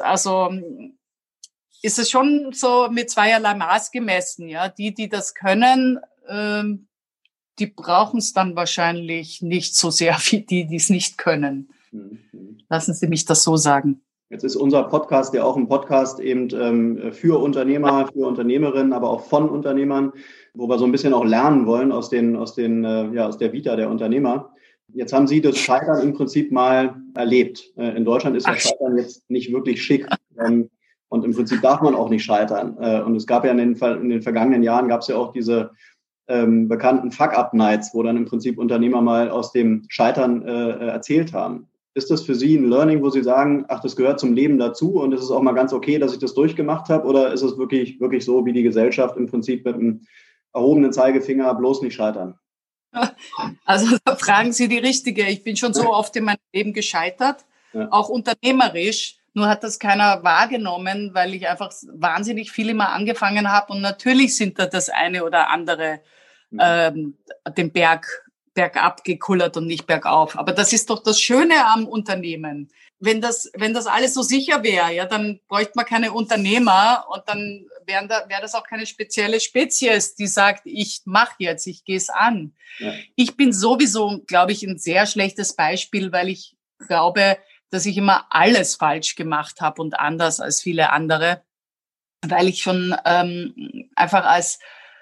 es schon so mit zweierlei Maß gemessen. Ja, die das können, die brauchen es dann wahrscheinlich nicht so sehr wie die es nicht können. Lassen Sie mich das so sagen. Jetzt ist unser Podcast ja auch ein Podcast eben für Unternehmer, für Unternehmerinnen, aber auch von Unternehmern, wo wir so ein bisschen auch lernen wollen aus der Vita der Unternehmer. Jetzt haben Sie das Scheitern im Prinzip mal erlebt. In Deutschland ist das Scheitern jetzt nicht wirklich schick. Und im Prinzip darf man auch nicht scheitern. Und es gab ja in den vergangenen Jahren gab es ja auch diese bekannten Fuck-Up-Nights, wo dann im Prinzip Unternehmer mal aus dem Scheitern erzählt haben. Ist das für Sie ein Learning, wo Sie sagen, ach, das gehört zum Leben dazu und es ist auch mal ganz okay, dass ich das durchgemacht habe? Oder ist es wirklich so, wie die Gesellschaft im Prinzip mit einem erhobenen Zeigefinger bloß nicht scheitern. Also da fragen Sie die Richtige. Ich bin schon so oft in meinem Leben gescheitert, auch unternehmerisch. Nur hat das keiner wahrgenommen, weil ich einfach wahnsinnig viel immer angefangen habe. Und natürlich sind da das eine oder andere den bergab gekullert und nicht bergauf. Aber das ist doch das Schöne am Unternehmen. Wenn das alles so sicher wäre, ja, dann bräuchte man keine Unternehmer und dann wäre das auch keine spezielle Spezies, die sagt, ich mache jetzt, ich gehe es an. Ja. Ich bin sowieso, glaube ich, ein sehr schlechtes Beispiel, weil ich glaube, dass ich immer alles falsch gemacht habe und anders als viele andere, weil ich schon einfach als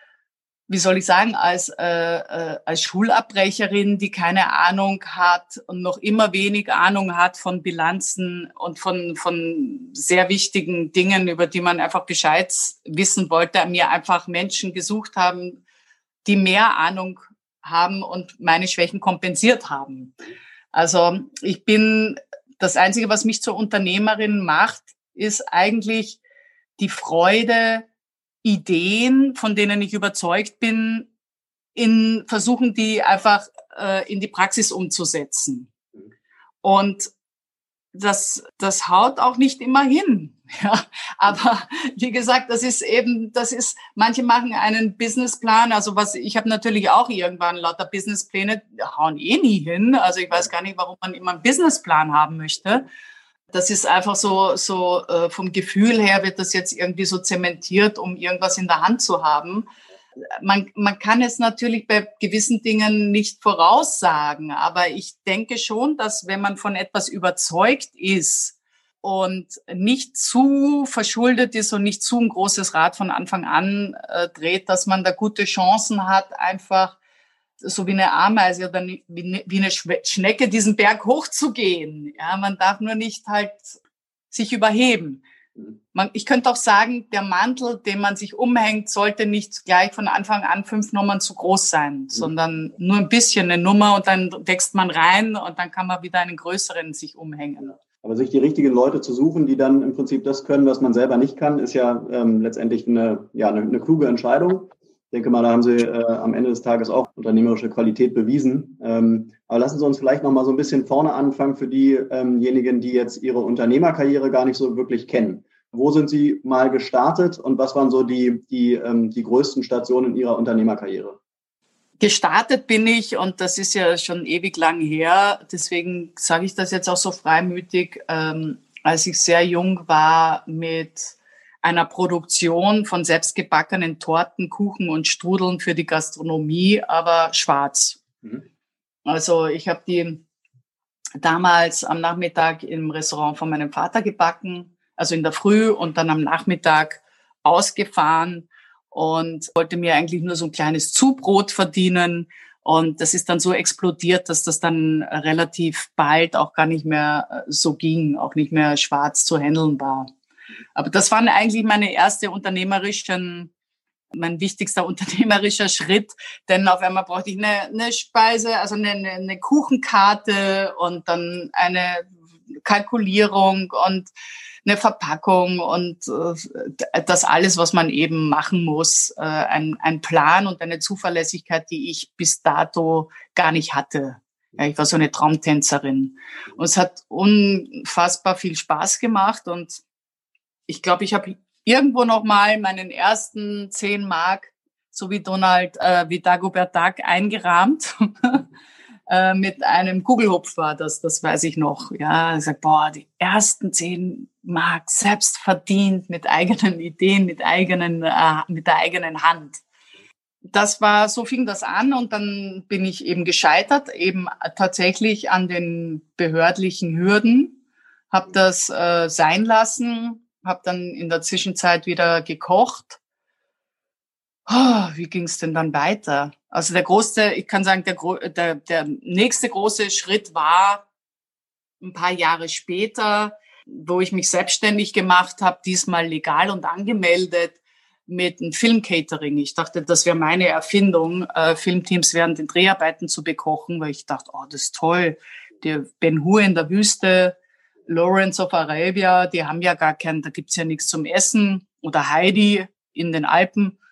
Schulabbrecherin, die keine Ahnung hat und noch immer wenig Ahnung hat von Bilanzen und von sehr wichtigen Dingen, über die man einfach Bescheid wissen wollte, mir einfach Menschen gesucht haben, die mehr Ahnung haben und meine Schwächen kompensiert haben. Also das Einzige, was mich zur Unternehmerin macht, ist eigentlich die Freude, Ideen, von denen ich überzeugt bin, versuchen, die einfach in die Praxis umzusetzen. Und das haut auch nicht immer hin. Ja, aber wie gesagt, manche machen einen Businessplan, also ich habe natürlich auch irgendwann lauter Businesspläne, hauen nie hin. Also ich weiß gar nicht, warum man immer einen Businessplan haben möchte. Das ist einfach so vom Gefühl her wird das jetzt irgendwie so zementiert, um irgendwas in der Hand zu haben. Man kann es natürlich bei gewissen Dingen nicht voraussagen, aber ich denke schon, dass wenn man von etwas überzeugt ist und nicht zu verschuldet ist und nicht zu ein großes Rad von Anfang an dreht, dass man da gute Chancen hat, einfach so wie eine Ameise oder wie eine Schnecke diesen Berg hochzugehen. Ja, man darf nur nicht halt sich überheben. Ich könnte auch sagen, der Mantel, den man sich umhängt, sollte nicht gleich von Anfang an 5 Nummern zu groß sein, sondern nur ein bisschen eine Nummer und dann wächst man rein und dann kann man wieder einen größeren sich umhängen. Aber sich die richtigen Leute zu suchen, die dann im Prinzip das können, was man selber nicht kann, ist ja letztendlich eine kluge Entscheidung. Ich denke mal, da haben Sie am Ende des Tages auch unternehmerische Qualität bewiesen. Aber lassen Sie uns vielleicht noch mal so ein bisschen vorne anfangen für diejenigen, die jetzt ihre Unternehmerkarriere gar nicht so wirklich kennen. Wo sind Sie mal gestartet und was waren so die größten Stationen in Ihrer Unternehmerkarriere? Gestartet bin ich, und das ist ja schon ewig lang her, deswegen sage ich das jetzt auch so freimütig, als ich sehr jung war mit einer Produktion von selbstgebackenen Torten, Kuchen und Strudeln für die Gastronomie, aber schwarz. Mhm. Also ich habe die damals am Nachmittag im Restaurant von meinem Vater gebacken, also in der Früh und dann am Nachmittag ausgefahren und wollte mir eigentlich nur so ein kleines Zubrot verdienen. Und das ist dann so explodiert, dass das dann relativ bald auch gar nicht mehr so ging, auch nicht mehr schwarz zu handeln war. Aber das waren eigentlich mein wichtigster unternehmerischer Schritt, denn auf einmal brauchte ich eine Speise, also eine Kuchenkarte und dann eine Kalkulierung und eine Verpackung und das alles, was man eben machen muss, ein Plan und eine Zuverlässigkeit, die ich bis dato gar nicht hatte. Ja, ich war so eine Traumtänzerin und es hat unfassbar viel Spaß gemacht und ich glaube, ich habe irgendwo noch mal meinen ersten 10 Mark, so wie Dagobert Duck, eingerahmt. Mit einem Kugelhupf war das weiß ich noch. Ja, ich sag, die ersten 10 Mark selbst verdient mit eigenen Ideen, mit der eigenen Hand. So fing das an und dann bin ich eben gescheitert, eben tatsächlich an den behördlichen Hürden, habe das sein lassen. Habe dann in der Zwischenzeit wieder gekocht. Wie ging es denn dann weiter? Also ich kann sagen, der nächste große Schritt war ein paar Jahre später, wo ich mich selbstständig gemacht habe, diesmal legal und angemeldet mit einem Filmcatering. Ich dachte, das wäre meine Erfindung, Filmteams während den Dreharbeiten zu bekochen, weil ich dachte, das ist toll, der Ben Hur in der Wüste, Lawrence of Arabia, die haben ja da gibt's ja nichts zum Essen. Oder Heidi in den Alpen,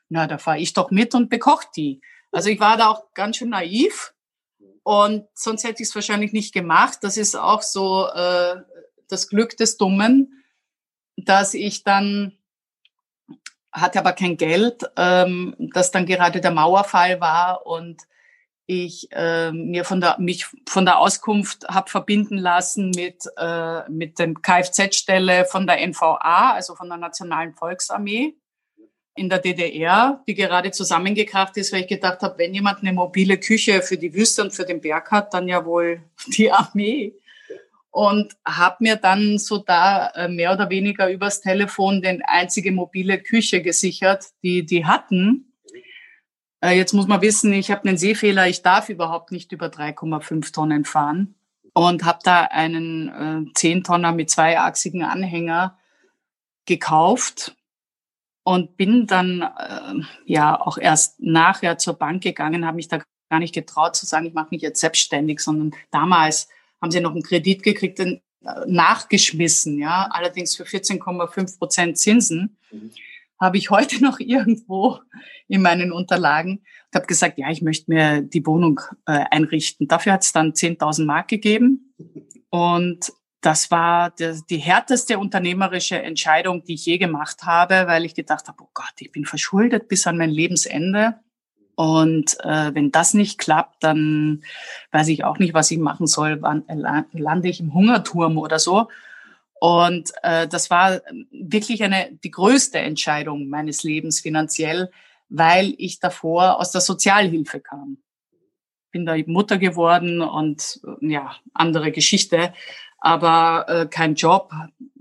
na, da fahre ich doch mit und bekoche die. Also ich war da auch ganz schön naiv und sonst hätte ich es wahrscheinlich nicht gemacht. Das ist auch so das Glück des Dummen, dass ich dann, hatte aber kein Geld, dass dann gerade der Mauerfall war und ich mich von der Auskunft habe verbinden lassen mit dem Kfz-Stelle von der NVA, also von der Nationalen Volksarmee in der DDR, die gerade zusammengekracht ist, weil ich gedacht habe, wenn jemand eine mobile Küche für die Wüste und für den Berg hat, dann ja wohl die Armee. Und habe mir dann so da mehr oder weniger übers Telefon den einzige mobile Küche gesichert, die hatten. Jetzt muss man wissen, ich habe einen Sehfehler, ich darf überhaupt nicht über 3,5 Tonnen fahren und habe da einen 10-Tonner mit zweiachsigen Anhänger gekauft und bin dann auch erst nachher zur Bank gegangen, habe mich da gar nicht getraut zu sagen, ich mache mich jetzt selbstständig, sondern damals haben sie noch einen Kredit gekriegt, nachgeschmissen, ja, allerdings für 14,5% Zinsen. Habe ich heute noch irgendwo in meinen Unterlagen und habe gesagt, ja, ich möchte mir die Wohnung einrichten. Dafür hat es dann 10.000 Mark gegeben und das war die härteste unternehmerische Entscheidung, die ich je gemacht habe, weil ich gedacht habe, oh Gott, ich bin verschuldet bis an mein Lebensende und wenn das nicht klappt, dann weiß ich auch nicht, was ich machen soll. Wann lande ich im Hungerturm oder so? Und das war wirklich die größte Entscheidung meines Lebens finanziell, weil ich davor aus der Sozialhilfe kam. Bin da Mutter geworden und ja, andere Geschichte, aber kein Job.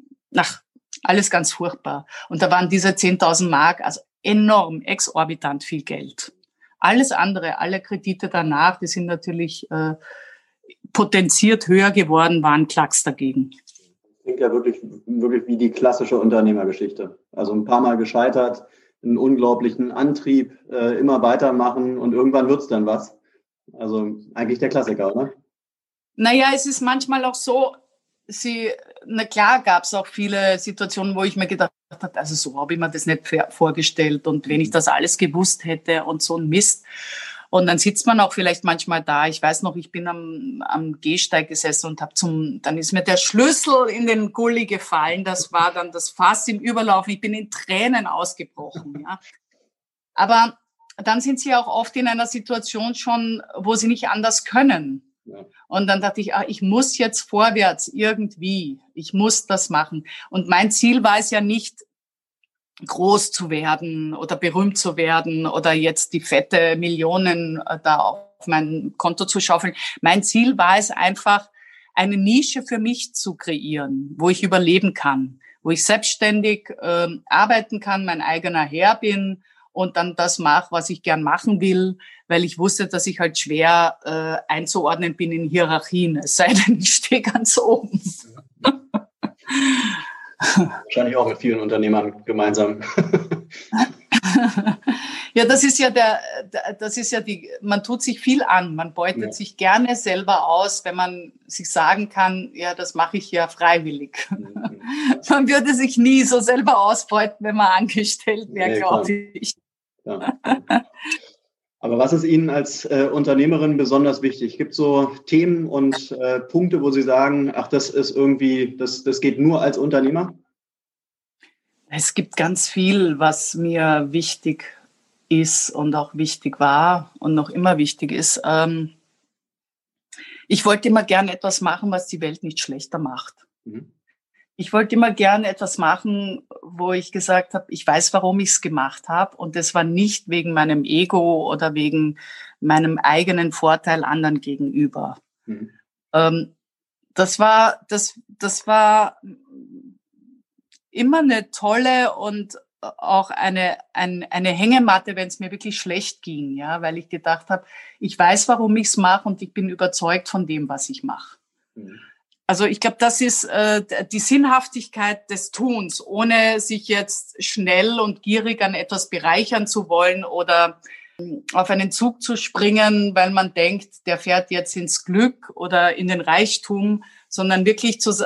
Alles ganz furchtbar. Und da waren diese 10.000 Mark, also enorm, exorbitant viel Geld. Alles andere, alle Kredite danach, die sind natürlich potenziert höher geworden, waren Klacks dagegen. Klingt ja wirklich wie die klassische Unternehmergeschichte. Also ein paar Mal gescheitert, einen unglaublichen Antrieb, immer weitermachen und irgendwann wird's dann was. Also eigentlich der Klassiker, oder? Naja, es ist manchmal auch so, klar gab es auch viele Situationen, wo ich mir gedacht habe, also so habe ich mir das nicht vorgestellt und wenn ich das alles gewusst hätte und so ein Mist. Und dann sitzt man auch vielleicht manchmal da. Ich weiß noch, ich bin am Gehsteig gesessen und dann ist mir der Schlüssel in den Gully gefallen. Das war dann das Fass im Überlaufen. Ich bin in Tränen ausgebrochen. Ja. Aber dann sind sie auch oft in einer Situation schon, wo sie nicht anders können. Ja. Und dann dachte ich, ich muss jetzt vorwärts irgendwie. Ich muss das machen. Und mein Ziel war es ja nicht, groß zu werden oder berühmt zu werden oder jetzt die fette Millionen da auf mein Konto zu schaufeln. Mein Ziel war es einfach, eine Nische für mich zu kreieren, wo ich überleben kann, wo ich selbstständig arbeiten kann, mein eigener Herr bin und dann das mache, was ich gern machen will, weil ich wusste, dass ich halt schwer einzuordnen bin in Hierarchien, es sei denn, ich stehe ganz oben. Wahrscheinlich auch mit vielen Unternehmern gemeinsam. Ja, das ist ja man tut sich viel an, man beutet sich gerne selber aus, wenn man sich sagen kann, ja, das mache ich ja freiwillig. Man würde sich nie so selber ausbeuten, wenn man angestellt wäre, glaube ich. Ja. Aber was ist Ihnen als Unternehmerin besonders wichtig? Gibt es so Themen und Punkte, wo Sie sagen, das ist irgendwie, das geht nur als Unternehmer? Es gibt ganz viel, was mir wichtig ist und auch wichtig war und noch immer wichtig ist. Ich wollte immer gerne etwas machen, was die Welt nicht schlechter macht. Mhm. Ich wollte immer gerne etwas machen, wo ich gesagt habe, ich weiß, warum ich es gemacht habe. Und das war nicht wegen meinem Ego oder wegen meinem eigenen Vorteil anderen gegenüber. Mhm. Das war immer eine tolle und auch eine Hängematte, wenn es mir wirklich schlecht ging, ja, weil ich gedacht habe, ich weiß, warum ich es mache und ich bin überzeugt von dem, was ich mache. Mhm. Also ich glaube, das ist die Sinnhaftigkeit des Tuns, ohne sich jetzt schnell und gierig an etwas bereichern zu wollen oder auf einen Zug zu springen, weil man denkt, der fährt jetzt ins Glück oder in den Reichtum, sondern wirklich zu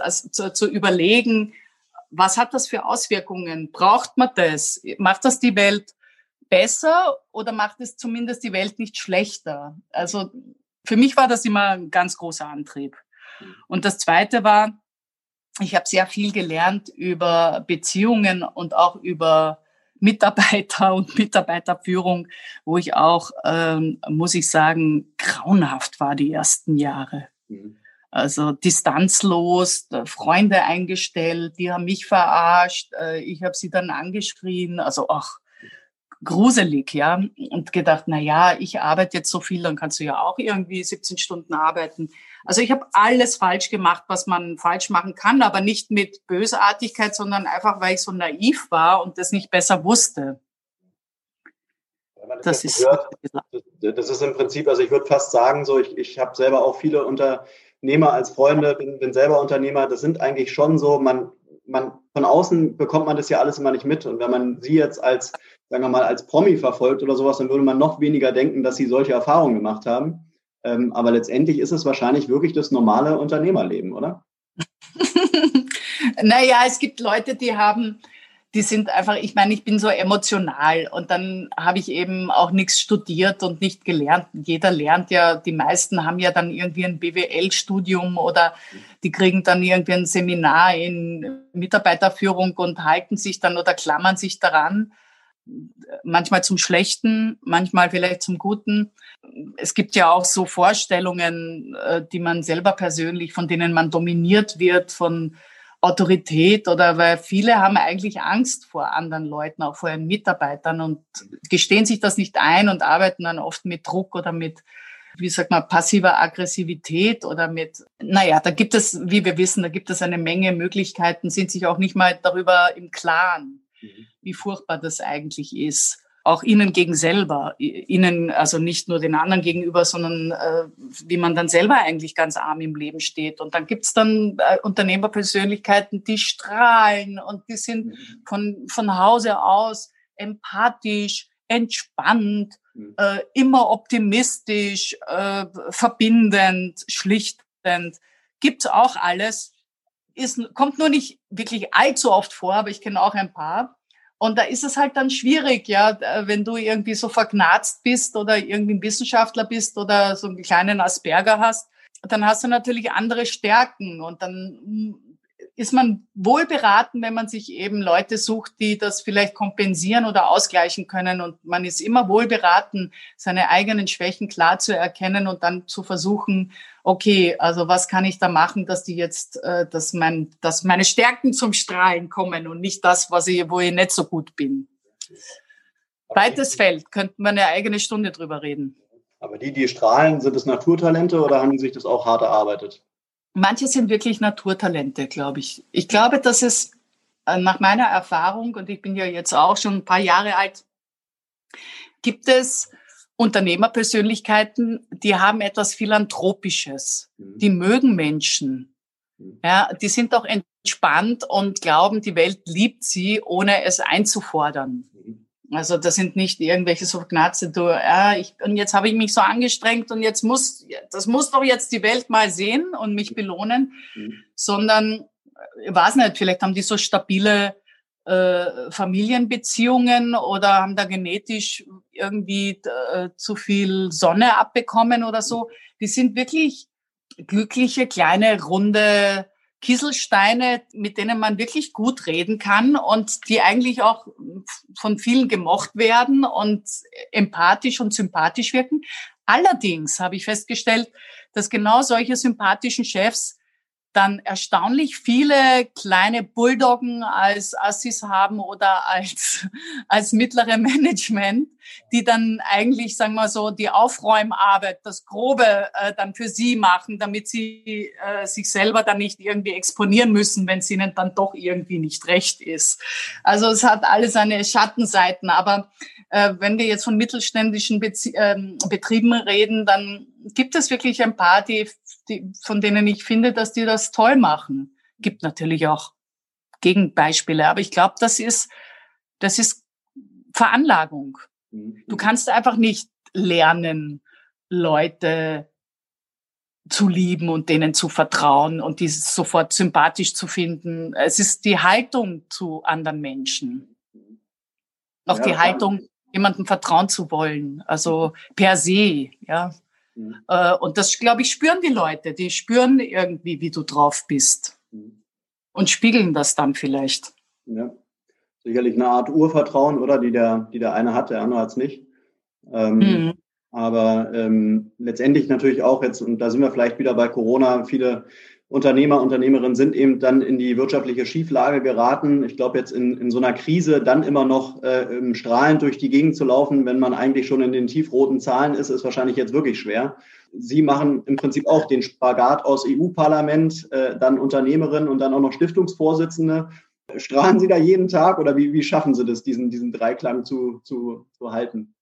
überlegen, was hat das für Auswirkungen? Braucht man das? Macht das die Welt besser oder macht es zumindest die Welt nicht schlechter? Also für mich war das immer ein ganz großer Antrieb. Und das Zweite war, ich habe sehr viel gelernt über Beziehungen und auch über Mitarbeiter und Mitarbeiterführung, wo ich auch, muss ich sagen, grauenhaft war die ersten Jahre. Also distanzlos, Freunde eingestellt, die haben mich verarscht, ich habe sie dann angeschrien, also gruselig, ja, und gedacht, na ja, ich arbeite jetzt so viel, dann kannst du ja auch irgendwie 17 Stunden arbeiten. Also ich habe alles falsch gemacht, was man falsch machen kann, aber nicht mit Bösartigkeit, sondern einfach, weil ich so naiv war und das nicht besser wusste. Das ist im Prinzip, also ich würde fast sagen, so ich habe selber auch viele Unternehmer als Freunde, bin selber Unternehmer, das sind eigentlich schon so, man von außen bekommt man das ja alles immer nicht mit. Und wenn man sie jetzt als, sagen wir mal, als Promi verfolgt oder sowas, dann würde man noch weniger denken, dass sie solche Erfahrungen gemacht haben. Aber letztendlich ist es wahrscheinlich wirklich das normale Unternehmerleben, oder? Naja, es gibt Leute, die sind einfach, ich meine, ich bin so emotional und dann habe ich eben auch nichts studiert und nicht gelernt. Jeder lernt ja, die meisten haben ja dann irgendwie ein BWL-Studium oder die kriegen dann irgendwie ein Seminar in Mitarbeiterführung und halten sich dann oder klammern sich daran. Manchmal zum Schlechten, manchmal vielleicht zum Guten. Es gibt ja auch so Vorstellungen, die man selber persönlich, von denen man dominiert wird, von Autorität oder weil viele haben eigentlich Angst vor anderen Leuten, auch vor ihren Mitarbeitern und gestehen sich das nicht ein und arbeiten dann oft mit Druck oder mit, wie sagt man, passiver Aggressivität oder mit, naja, da gibt es, wie wir wissen, da gibt es eine Menge Möglichkeiten, sind sich auch nicht mal darüber im Klaren, wie furchtbar das eigentlich ist. Auch ihnen gegen selber, ihnen, also nicht nur den anderen gegenüber, sondern wie man dann selber eigentlich ganz arm im Leben steht. Und dann gibt's dann Unternehmerpersönlichkeiten, die strahlen und die sind von Hause aus empathisch, entspannt, immer optimistisch, verbindend, schlichtend. Gibt's auch alles. Kommt nur nicht wirklich allzu oft vor, aber ich kenne auch ein paar. Und da ist es halt dann schwierig, ja, wenn du irgendwie so verknarzt bist oder irgendwie ein Wissenschaftler bist oder so einen kleinen Asperger hast, dann hast du natürlich andere Stärken und dann ist man wohl beraten, wenn man sich eben Leute sucht, die das vielleicht kompensieren oder ausgleichen können und man ist immer wohl beraten, seine eigenen Schwächen klar zu erkennen und dann zu versuchen, okay, also was kann ich da machen, dass die jetzt, dass meine Stärken zum Strahlen kommen und nicht das, wo ich nicht so gut bin. Weites Feld, könnten wir eine eigene Stunde drüber reden. Aber die strahlen, sind es Naturtalente oder haben die sich das auch hart erarbeitet? Manche sind wirklich Naturtalente, glaube ich. Ich glaube, dass es nach meiner Erfahrung, und ich bin ja jetzt auch schon ein paar Jahre alt, gibt es Unternehmerpersönlichkeiten, die haben etwas Philanthropisches. Die mögen Menschen. Ja, die sind auch entspannt und glauben, die Welt liebt sie, ohne es einzufordern. Also das sind nicht irgendwelche so Gnatze, und jetzt habe ich mich so angestrengt und das muss doch jetzt die Welt mal sehen und mich belohnen, sondern, ich weiß nicht, vielleicht haben die so stabile Familienbeziehungen oder haben da genetisch irgendwie zu viel Sonne abbekommen oder so. Die sind wirklich glückliche, kleine, runde Kieselsteine, mit denen man wirklich gut reden kann und die eigentlich auch von vielen gemocht werden und empathisch und sympathisch wirken. Allerdings habe ich festgestellt, dass genau solche sympathischen Chefs dann erstaunlich viele kleine Bulldoggen als Assis haben oder als mittlere Management, die dann eigentlich, sagen wir so, die Aufräumarbeit, das Grobe dann für sie machen, damit sie sich selber dann nicht irgendwie exponieren müssen, wenn es ihnen dann doch irgendwie nicht recht ist. Also es hat alles seine Schattenseiten, aber wenn wir jetzt von mittelständischen Betrieben reden, dann gibt es wirklich ein paar, von denen ich finde, dass die das toll machen. Gibt natürlich auch Gegenbeispiele, aber ich glaube, das ist Veranlagung. Du kannst einfach nicht lernen, Leute zu lieben und denen zu vertrauen und die sofort sympathisch zu finden. Es ist die Haltung zu anderen Menschen. Auch die Haltung jemandem vertrauen zu wollen, also per se, ja. Und das, glaube ich, spüren die Leute. Die spüren irgendwie, wie du drauf bist und spiegeln das dann vielleicht. Ja, sicherlich eine Art Urvertrauen, oder, die der eine hat, der andere hat es nicht. Aber letztendlich natürlich auch jetzt, und da sind wir vielleicht wieder bei Corona, viele Unternehmer, Unternehmerinnen sind eben dann in die wirtschaftliche Schieflage geraten. Ich glaube, jetzt in so einer Krise dann immer noch strahlend durch die Gegend zu laufen, wenn man eigentlich schon in den tiefroten Zahlen ist wahrscheinlich jetzt wirklich schwer. Sie machen im Prinzip auch den Spagat aus EU-Parlament, dann Unternehmerin und dann auch noch Stiftungsvorsitzende. Strahlen Sie da jeden Tag oder wie schaffen Sie das, diesen Dreiklang zu halten?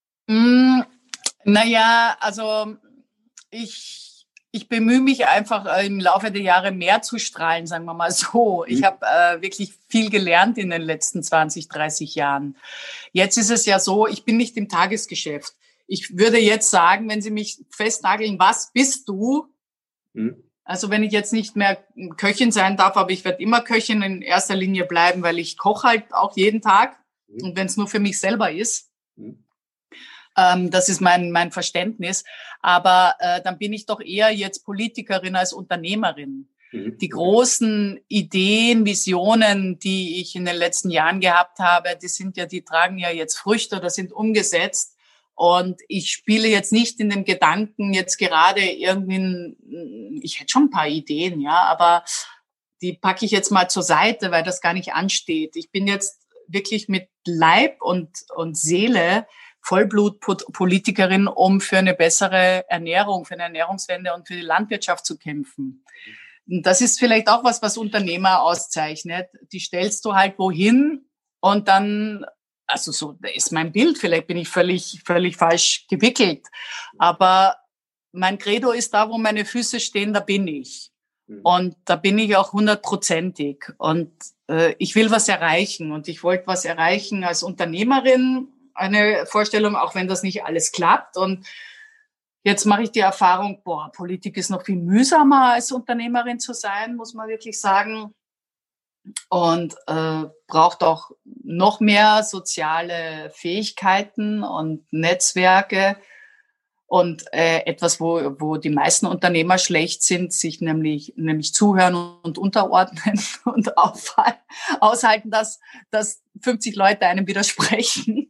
Naja, also ich bemühe mich einfach im Laufe der Jahre mehr zu strahlen, sagen wir mal so. Ich habe wirklich viel gelernt in den letzten 20, 30 Jahren. Jetzt ist es ja so, ich bin nicht im Tagesgeschäft. Ich würde jetzt sagen, wenn Sie mich festnageln, was bist du? Also wenn ich jetzt nicht mehr Köchin sein darf, aber ich werde immer Köchin in erster Linie bleiben, weil ich koche halt auch jeden Tag. Und wenn es nur für mich selber ist. Das ist mein Verständnis. Aber dann bin ich doch eher jetzt Politikerin als Unternehmerin. Die großen Ideen, Visionen, die ich in den letzten Jahren gehabt habe, die tragen ja jetzt Früchte oder sind umgesetzt. Und ich spiele jetzt nicht in dem Gedanken jetzt gerade irgendwie, ich hätte schon ein paar Ideen, ja, aber die packe ich jetzt mal zur Seite, weil das gar nicht ansteht. Ich bin jetzt wirklich mit Leib und Seele Vollblutpolitikerin, um für eine bessere Ernährung, für eine Ernährungswende und für die Landwirtschaft zu kämpfen. Und das ist vielleicht auch was Unternehmer auszeichnet. Die stellst du halt wohin und dann, also so, da ist mein Bild, vielleicht bin ich völlig falsch gewickelt, aber mein Credo ist da, wo meine Füße stehen, da bin ich. Und da bin ich auch 100%ig. Und ich will was erreichen und ich wollte was erreichen als Unternehmerin, eine Vorstellung, auch wenn das nicht alles klappt. Und jetzt mache ich die Erfahrung, Politik ist noch viel mühsamer als Unternehmerin zu sein, muss man wirklich sagen. Und braucht auch noch mehr soziale Fähigkeiten und Netzwerke. Und etwas, wo die meisten Unternehmer schlecht sind, sich nämlich zuhören und unterordnen und aushalten, dass 50 Leute einem widersprechen.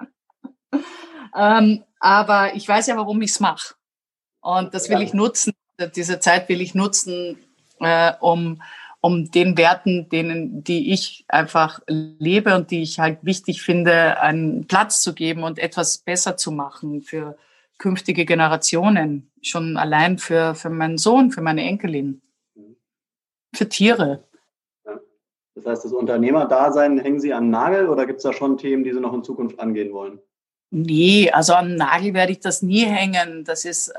Aber ich weiß ja, warum ich es mache. Und das will ich nutzen, diese Zeit will ich nutzen, um den Werten, die ich einfach lebe und die ich halt wichtig finde, einen Platz zu geben und etwas besser zu machen für künftige Generationen. Schon allein für meinen Sohn, für meine Enkelin. Für Tiere. Ja. Das heißt, das Unternehmerdasein hängen Sie an den Nagel oder gibt es da schon Themen, die Sie noch in Zukunft angehen wollen? Nee, also an den Nagel werde ich das nie hängen. Das ist,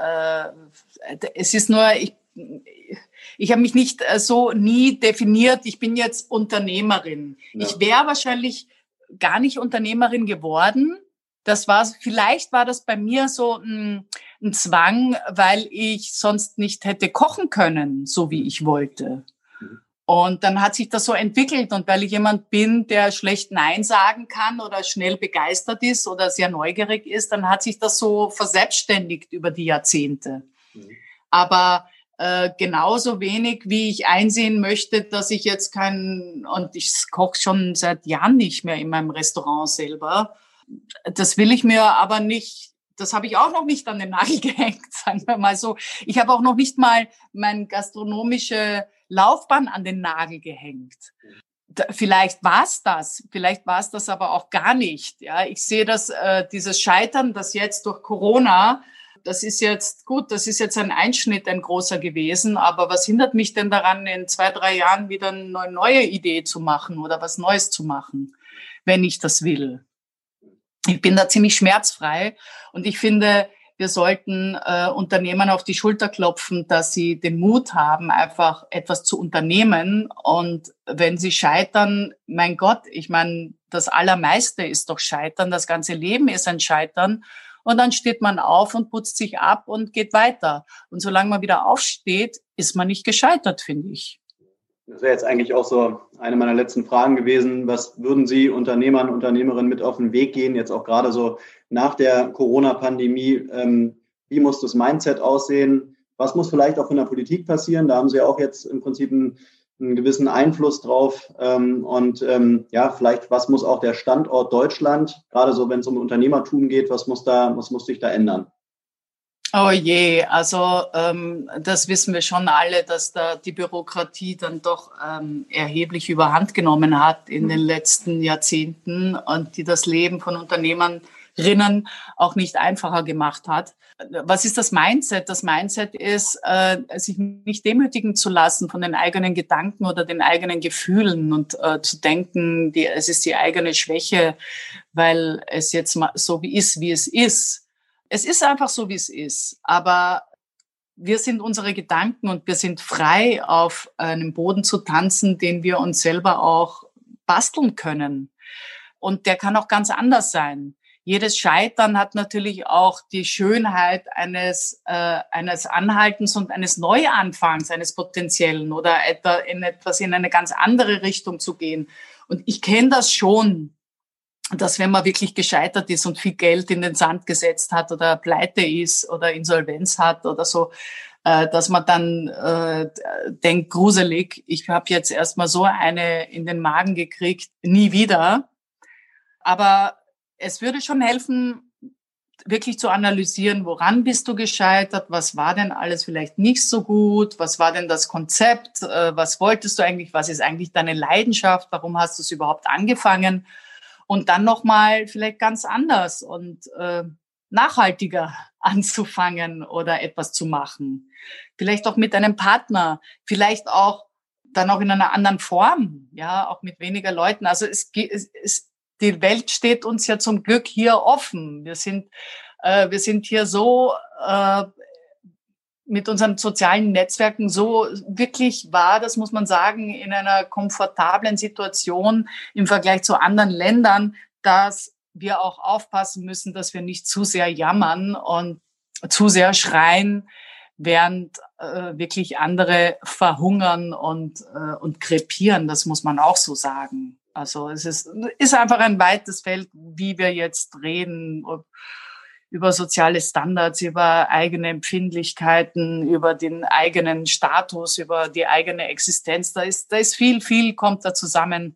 es ist nur, ich habe mich nicht so nie definiert, ich bin jetzt Unternehmerin. Ja. Ich wäre wahrscheinlich gar nicht Unternehmerin geworden. Vielleicht war das bei mir so ein Zwang, weil ich sonst nicht hätte kochen können, so wie ich wollte. Und dann hat sich das so entwickelt. Und weil ich jemand bin, der schlecht Nein sagen kann oder schnell begeistert ist oder sehr neugierig ist, dann hat sich das so verselbstständigt über die Jahrzehnte. Aber genauso wenig, wie ich einsehen möchte, dass ich jetzt und ich koche schon seit Jahren nicht mehr in meinem Restaurant selber. Das will ich mir aber nicht, das habe ich auch noch nicht an den Nagel gehängt, sagen wir mal so. Ich habe auch noch nicht mal meine gastronomische Laufbahn an den Nagel gehängt. Vielleicht war es das aber auch gar nicht. Ja, ich sehe dieses Scheitern, das jetzt durch Corona, das ist jetzt ein Einschnitt, ein großer gewesen. Aber was hindert mich denn daran, in 2, 3 Jahren wieder eine neue Idee zu machen oder was Neues zu machen, wenn ich das will? Ich bin da ziemlich schmerzfrei und ich finde, wir sollten Unternehmern auf die Schulter klopfen, dass sie den Mut haben, einfach etwas zu unternehmen. Und wenn sie scheitern, mein Gott, ich meine, das Allermeiste ist doch Scheitern, das ganze Leben ist ein Scheitern. Und dann steht man auf und putzt sich ab und geht weiter. Und solange man wieder aufsteht, ist man nicht gescheitert, finde ich. Das wäre jetzt eigentlich auch so eine meiner letzten Fragen gewesen. Was würden Sie Unternehmern, Unternehmerinnen mit auf den Weg gehen, jetzt auch gerade so nach der Corona-Pandemie? Wie muss das Mindset aussehen? Was muss vielleicht auch von der Politik passieren? Da haben Sie auch jetzt im Prinzip einen gewissen Einfluss drauf. Vielleicht, was muss auch der Standort Deutschland, gerade so, wenn es um Unternehmertum geht, was muss sich da ändern? Oh je, also das wissen wir schon alle, dass da die Bürokratie dann doch erheblich überhand genommen hat in den letzten Jahrzehnten und die das Leben von Unternehmerinnen auch nicht einfacher gemacht hat. Was ist das Mindset? Das Mindset ist, sich nicht demütigen zu lassen von den eigenen Gedanken oder den eigenen Gefühlen und zu denken, es ist die eigene Schwäche, weil es jetzt mal so ist, wie es ist. Es ist einfach so, wie es ist, aber wir sind unsere Gedanken und wir sind frei, auf einem Boden zu tanzen, den wir uns selber auch basteln können. Und der kann auch ganz anders sein. Jedes Scheitern hat natürlich auch die Schönheit eines Anhaltens und eines Neuanfangs, eines Potenziellen oder in eine ganz andere Richtung zu gehen. Und ich kenne das schon, dass wenn man wirklich gescheitert ist und viel Geld in den Sand gesetzt hat oder pleite ist oder Insolvenz hat oder so, dass man dann denkt, gruselig, ich habe jetzt erstmal so eine in den Magen gekriegt, nie wieder. Aber es würde schon helfen, wirklich zu analysieren, woran bist du gescheitert, was war denn alles vielleicht nicht so gut, was war denn das Konzept, was wolltest du eigentlich, was ist eigentlich deine Leidenschaft, warum hast du es überhaupt angefangen? Und dann nochmal vielleicht ganz anders und nachhaltiger anzufangen oder etwas zu machen. Vielleicht auch mit einem Partner, vielleicht auch dann auch in einer anderen Form, ja, auch mit weniger Leuten. Also die Welt steht uns ja zum Glück hier offen. Wir sind hier so mit unseren sozialen Netzwerken so wirklich das muss man sagen, in einer komfortablen Situation im Vergleich zu anderen Ländern, dass wir auch aufpassen müssen, dass wir nicht zu sehr jammern und zu sehr schreien, während wirklich andere verhungern und krepieren. Das muss man auch so sagen. Also es ist einfach ein weites Feld, wie wir jetzt reden, über soziale Standards, über eigene Empfindlichkeiten, über den eigenen Status, über die eigene Existenz. Da ist viel kommt da zusammen.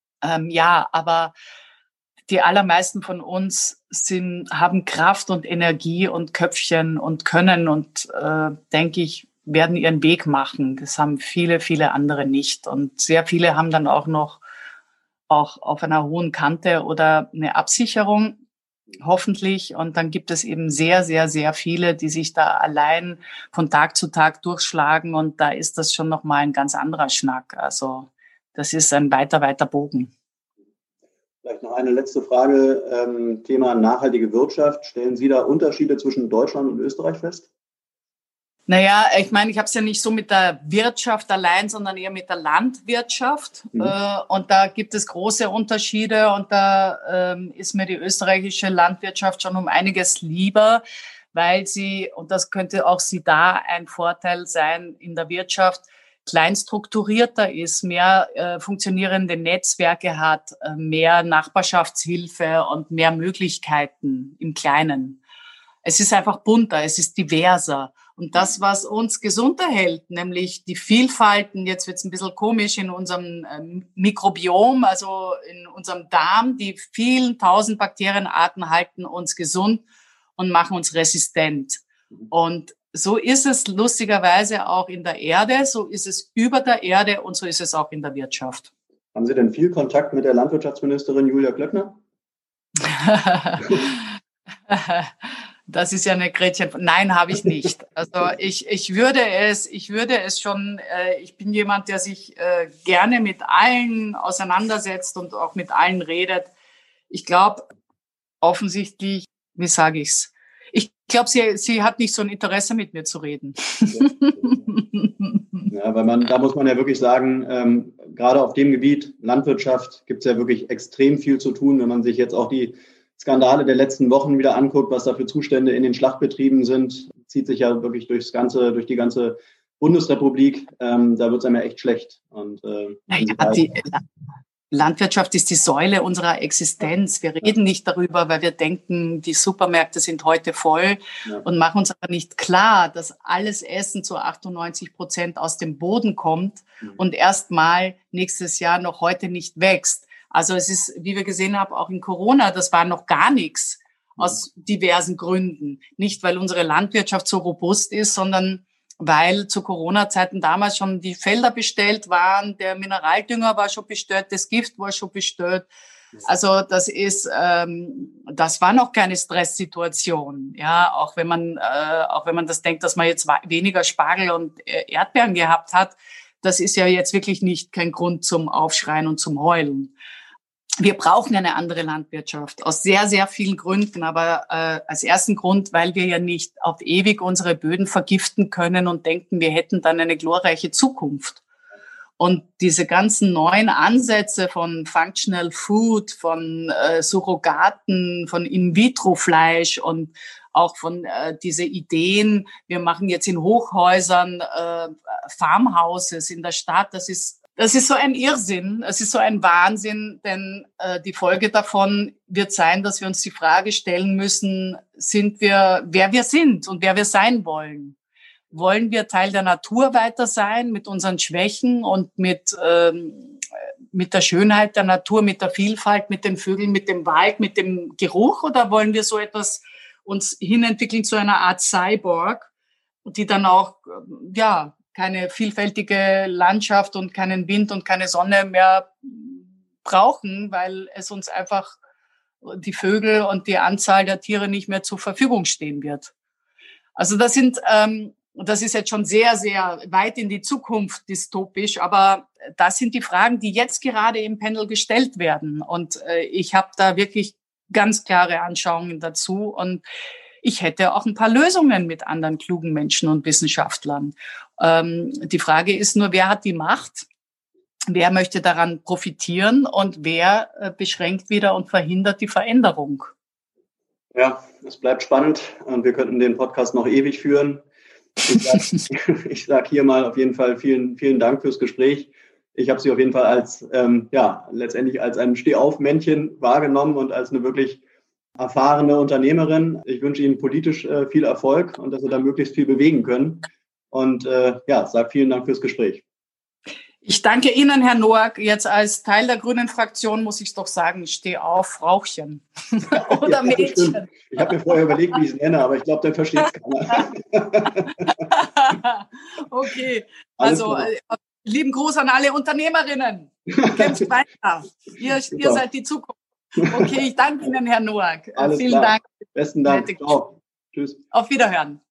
Aber die allermeisten von uns haben Kraft und Energie und Köpfchen und können und, denke ich, werden ihren Weg machen. Das haben viele andere nicht. Und sehr viele haben dann auch noch auf einer hohen Kante oder eine Absicherung, hoffentlich. Und dann gibt es eben sehr viele, die sich da allein von Tag zu Tag durchschlagen. Und da ist das schon nochmal ein ganz anderer Schnack. Also das ist ein weiter Bogen. Vielleicht noch eine letzte Frage. Thema nachhaltige Wirtschaft. Stellen Sie da Unterschiede zwischen Deutschland und Österreich fest? Naja, ich meine, ich habe es ja nicht so mit der Wirtschaft allein, sondern eher mit der Landwirtschaft. Und da gibt es große Unterschiede. Und da ist mir die österreichische Landwirtschaft schon um einiges lieber, weil sie, und das könnte auch da ein Vorteil sein in der Wirtschaft, kleinstrukturierter ist, mehr funktionierende Netzwerke hat, mehr Nachbarschaftshilfe und mehr Möglichkeiten im Kleinen. Es ist einfach bunter, es ist diverser. Und das, was uns gesund erhält, nämlich die Vielfalten, jetzt wird es ein bisschen komisch, in unserem Mikrobiom, also in unserem Darm, die vielen tausend Bakterienarten halten uns gesund und machen uns resistent. Und so ist es lustigerweise auch in der Erde, so ist es über der Erde und so ist es auch in der Wirtschaft. Haben Sie denn viel Kontakt mit der Landwirtschaftsministerin Julia Klöckner? Das ist ja eine Gretchen. Nein, habe ich nicht. Also ich würde es schon, ich bin jemand, der sich gerne mit allen auseinandersetzt und auch mit allen redet. Ich glaube, offensichtlich, wie sage ich's? Ich glaube, sie hat nicht so ein Interesse, mit mir zu reden. Ja, weil da muss man ja wirklich sagen, gerade auf dem Gebiet Landwirtschaft gibt es ja wirklich extrem viel zu tun, wenn man sich jetzt auch die Skandale der letzten Wochen wieder anguckt, was da für Zustände in den Schlachtbetrieben sind, zieht sich ja wirklich durch die ganze Bundesrepublik, da wird es einem ja echt schlecht. Und, die Landwirtschaft ist die Säule unserer Existenz. Wir reden nicht darüber, weil wir denken, die Supermärkte sind heute voll und machen uns aber nicht klar, dass alles Essen zu 98% aus dem Boden kommt und erstmal nächstes Jahr noch heute nicht wächst. Also es ist, wie wir gesehen haben, auch in Corona, das war noch gar nichts aus diversen Gründen. Nicht, weil unsere Landwirtschaft so robust ist, sondern weil zu Corona-Zeiten damals schon die Felder bestellt waren, der Mineraldünger war schon bestellt, das Gift war schon bestellt. Also das war noch keine Stresssituation. Ja, auch wenn man das denkt, dass man jetzt weniger Spargel und Erdbeeren gehabt hat, das ist ja jetzt wirklich nicht kein Grund zum Aufschreien und zum Heulen. Wir brauchen eine andere Landwirtschaft aus sehr, sehr vielen Gründen. Aber als ersten Grund, weil wir ja nicht auf ewig unsere Böden vergiften können und denken, wir hätten dann eine glorreiche Zukunft. Und diese ganzen neuen Ansätze von Functional Food, von Surrogaten, von In-vitro-Fleisch und auch von diese Ideen, wir machen jetzt in Hochhäusern Farmhouses in der Stadt, das ist so ein Irrsinn, es ist so ein Wahnsinn, denn die Folge davon wird sein, dass wir uns die Frage stellen müssen, sind wir, wer wir sind und wer wir sein wollen. Wollen wir Teil der Natur weiter sein, mit unseren Schwächen und mit der Schönheit der Natur, mit der Vielfalt, mit den Vögeln, mit dem Wald, mit dem Geruch, oder wollen wir so etwas uns hinentwickeln zu einer Art Cyborg, die dann auch, keine vielfältige Landschaft und keinen Wind und keine Sonne mehr brauchen, weil es uns einfach die Vögel und die Anzahl der Tiere nicht mehr zur Verfügung stehen wird. Also das ist jetzt schon sehr, sehr weit in die Zukunft dystopisch, aber das sind die Fragen, die jetzt gerade im Panel gestellt werden. Und ich habe da wirklich ganz klare Anschauungen dazu und ich hätte auch ein paar Lösungen mit anderen klugen Menschen und Wissenschaftlern. Die Frage ist nur, wer hat die Macht? Wer möchte daran profitieren? Und wer beschränkt wieder und verhindert die Veränderung? Ja, es bleibt spannend und wir könnten den Podcast noch ewig führen. Ich sag hier mal auf jeden Fall vielen, vielen Dank fürs Gespräch. Ich habe Sie auf jeden Fall als, letztendlich als ein Stehauf-Männchen wahrgenommen und als eine wirklich erfahrene Unternehmerin. Ich wünsche Ihnen politisch viel Erfolg und dass Sie da möglichst viel bewegen können. Und sage vielen Dank fürs Gespräch. Ich danke Ihnen, Herr Noack. Jetzt als Teil der Grünen Fraktion muss ich doch sagen, ich stehe auf Frauchen oder Mädchen. Stimmt. Ich habe mir vorher überlegt, wie ich es nenne, aber ich glaube, dann versteht es keiner. Okay, also lieben Gruß an alle Unternehmerinnen. Kämpft weiter. Ihr seid die Zukunft. Okay, ich danke Ihnen, Herr Noack. Vielen Dank. Besten Dank. Ciao. Tschüss. Auf Wiederhören.